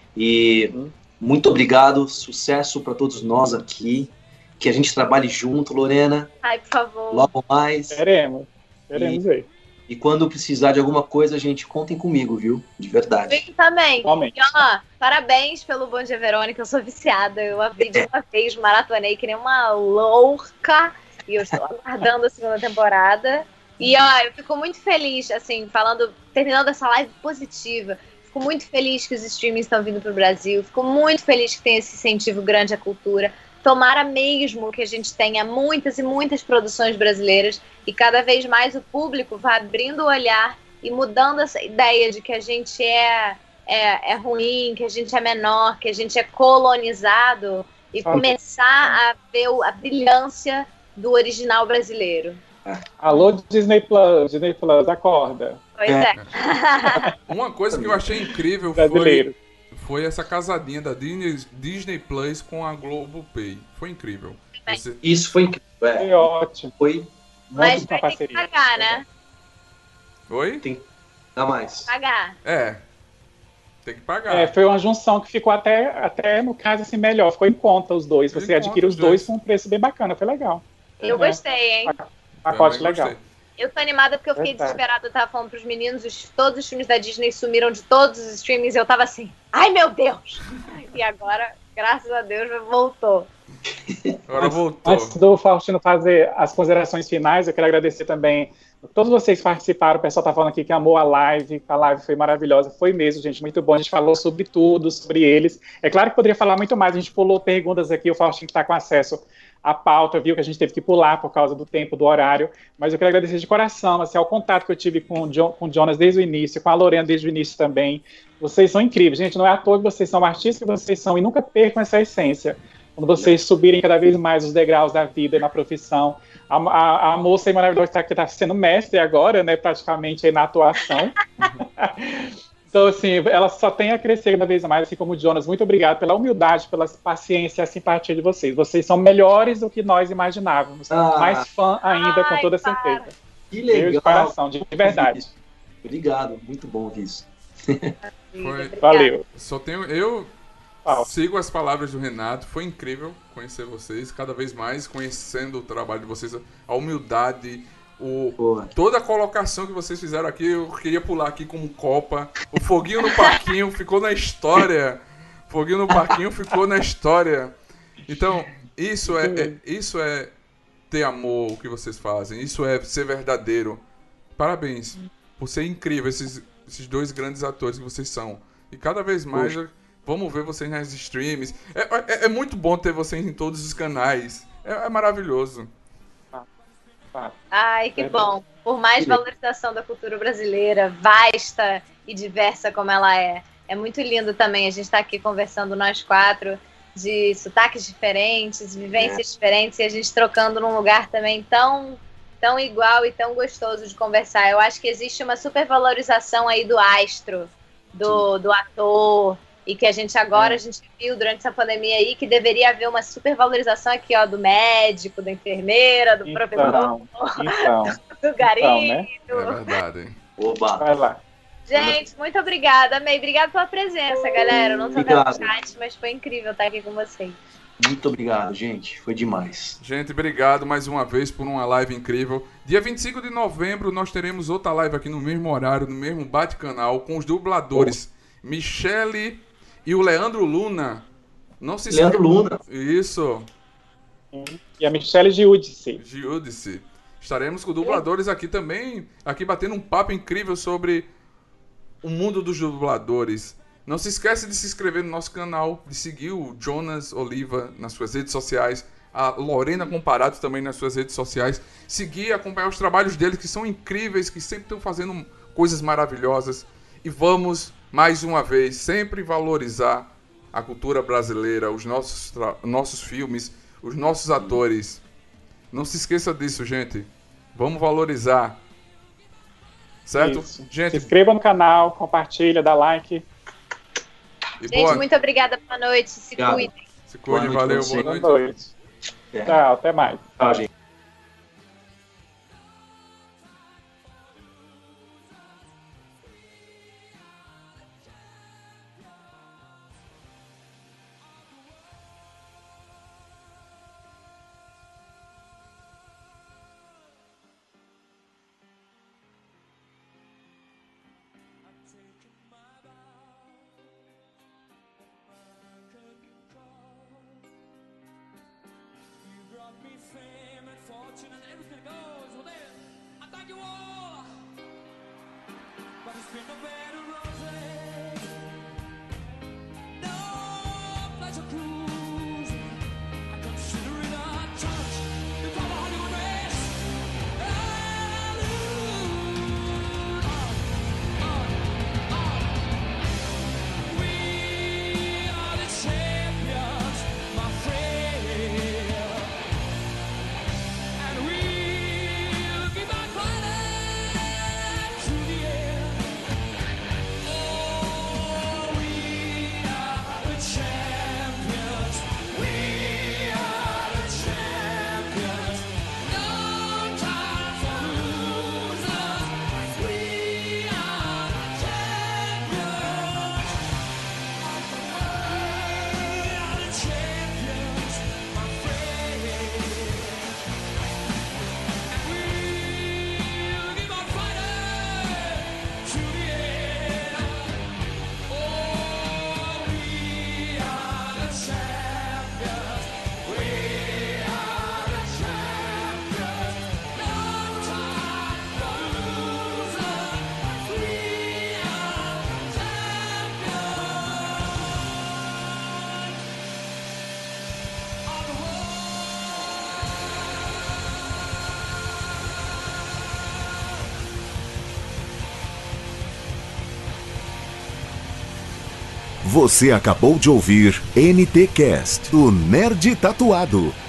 E muito obrigado, sucesso para todos nós aqui. Que a gente trabalhe junto, Lorena. Ai, por favor. Logo mais. Queremos aí. E quando precisar de alguma coisa, gente, contem comigo, viu? De verdade. Eu também. Igualmente. E, ó, parabéns pelo Bom Dia Verônica, eu sou viciada. Eu abri de uma vez, maratonei que nem uma louca. E eu estou aguardando a segunda temporada. E, ó, eu fico muito feliz, assim, terminando essa live positiva. Fico muito feliz que os streamings estão vindo pro Brasil. Fico muito feliz que tem esse incentivo grande à cultura. Tomara mesmo que a gente tenha muitas e muitas produções brasileiras e cada vez mais o público vá abrindo o olhar e mudando essa ideia de que a gente é ruim, que a gente é menor, que a gente é colonizado e começar a ver a brilhância do original brasileiro. Alô, Disney Plus, acorda. Pois é. Uma coisa que eu achei incrível foi essa casadinha da Disney Plus com a Globoplay. Foi incrível. Isso foi incrível. Foi ótimo. Foi. Mas vai ter que pagar, né? Oi? Tem que dar mais. Pagar. Tem que pagar. Foi uma junção que ficou até no caso assim melhor. Ficou em conta os dois. Você adquire os dois com um preço bem bacana. Foi legal. Eu gostei, hein? Pacote legal. Eu tô animada porque eu fiquei desesperada, eu tava falando pros meninos, todos os filmes da Disney sumiram de todos os streamings e eu tava assim, ai meu Deus! E agora, graças a Deus, voltou. Agora voltou. Antes do Faustino fazer as considerações finais, eu quero agradecer também a todos vocês que participaram. O pessoal tá falando aqui que amou a live foi maravilhosa, foi mesmo, gente, muito bom. A gente falou sobre tudo, sobre eles. É claro que poderia falar muito mais, a gente pulou perguntas aqui, o Faustino que tá com acesso a pauta, viu que a gente teve que pular por causa do tempo, do horário, mas eu quero agradecer de coração, assim, ao contato que eu tive com o Jonas desde o início, com a Lorena desde o início também. Vocês são incríveis, gente, não é à toa que vocês são artistas que vocês são, e nunca percam essa essência. Quando vocês subirem cada vez mais os degraus da vida e na profissão, a moça aí maravilhosa que está sendo mestre agora, né, praticamente aí na atuação. Então, assim, ela só tem a crescer cada vez mais, assim como o Jonas. Muito obrigado pela humildade, pela paciência e a simpatia de vocês. Vocês são melhores do que nós imaginávamos. Mais fã ainda, com toda certeza. Que legal. De coração, de verdade. Obrigado, muito bom isso. Valeu. Eu sigo as palavras do Renato. Foi incrível conhecer vocês, cada vez mais conhecendo o trabalho de vocês, a humildade, toda a colocação que vocês fizeram aqui. Eu queria pular aqui como Copa. O foguinho no parquinho ficou na história. Foguinho no parquinho ficou na história. Então, isso é ter amor, o que vocês fazem. Isso é ser verdadeiro. Parabéns por ser incrível, esses dois grandes atores que vocês são. E cada vez mais vamos ver vocês nas streams. É muito bom ter vocês em todos os canais. É maravilhoso. Ai, que bom. Por mais valorização da cultura brasileira, vasta e diversa como ela é. É muito lindo também a gente estar aqui conversando, nós quatro, de sotaques diferentes, vivências diferentes, e a gente trocando num lugar também tão tão igual e tão gostoso de conversar. Eu acho que existe uma supervalorização aí do astro, do ator, e que a gente viu durante essa pandemia aí que deveria haver uma supervalorização aqui, ó, do médico, da enfermeira, do professor, do garido. Né? É verdade, hein? Oba! Vai lá. Gente, muito obrigada, amei. Obrigada pela presença, galera. Eu não tô vendo o chat, mas foi incrível estar aqui com vocês. Muito obrigado, gente. Foi demais. Gente, obrigado mais uma vez por uma live incrível. Dia 25 de novembro nós teremos outra live aqui no mesmo horário, no mesmo Bate-Canal, com os dubladores Michele e o Leandro Luna. Não se Leandro Luna. Isso. E a Michele Giudice. Giudice. Estaremos com dubladores aqui também, aqui batendo um papo incrível sobre o mundo dos dubladores. Não se esqueça de se inscrever no nosso canal, de seguir o Jonas Oliva nas suas redes sociais, a Lorena Comparato também nas suas redes sociais. Seguir e acompanhar os trabalhos deles, que são incríveis, que sempre estão fazendo coisas maravilhosas. E vamos, mais uma vez, sempre valorizar a cultura brasileira, os nossos filmes, os nossos atores. Não se esqueça disso, gente. Vamos valorizar. Certo? Isso. Gente, se inscreva no canal, compartilha, dá like. Gente, muito obrigada. Boa noite. Se cuidem. Se cuidem, valeu. Boa noite. Tchau, até mais. Tchau, gente. Você acabou de ouvir NT Cast, do Nerd Tatuado.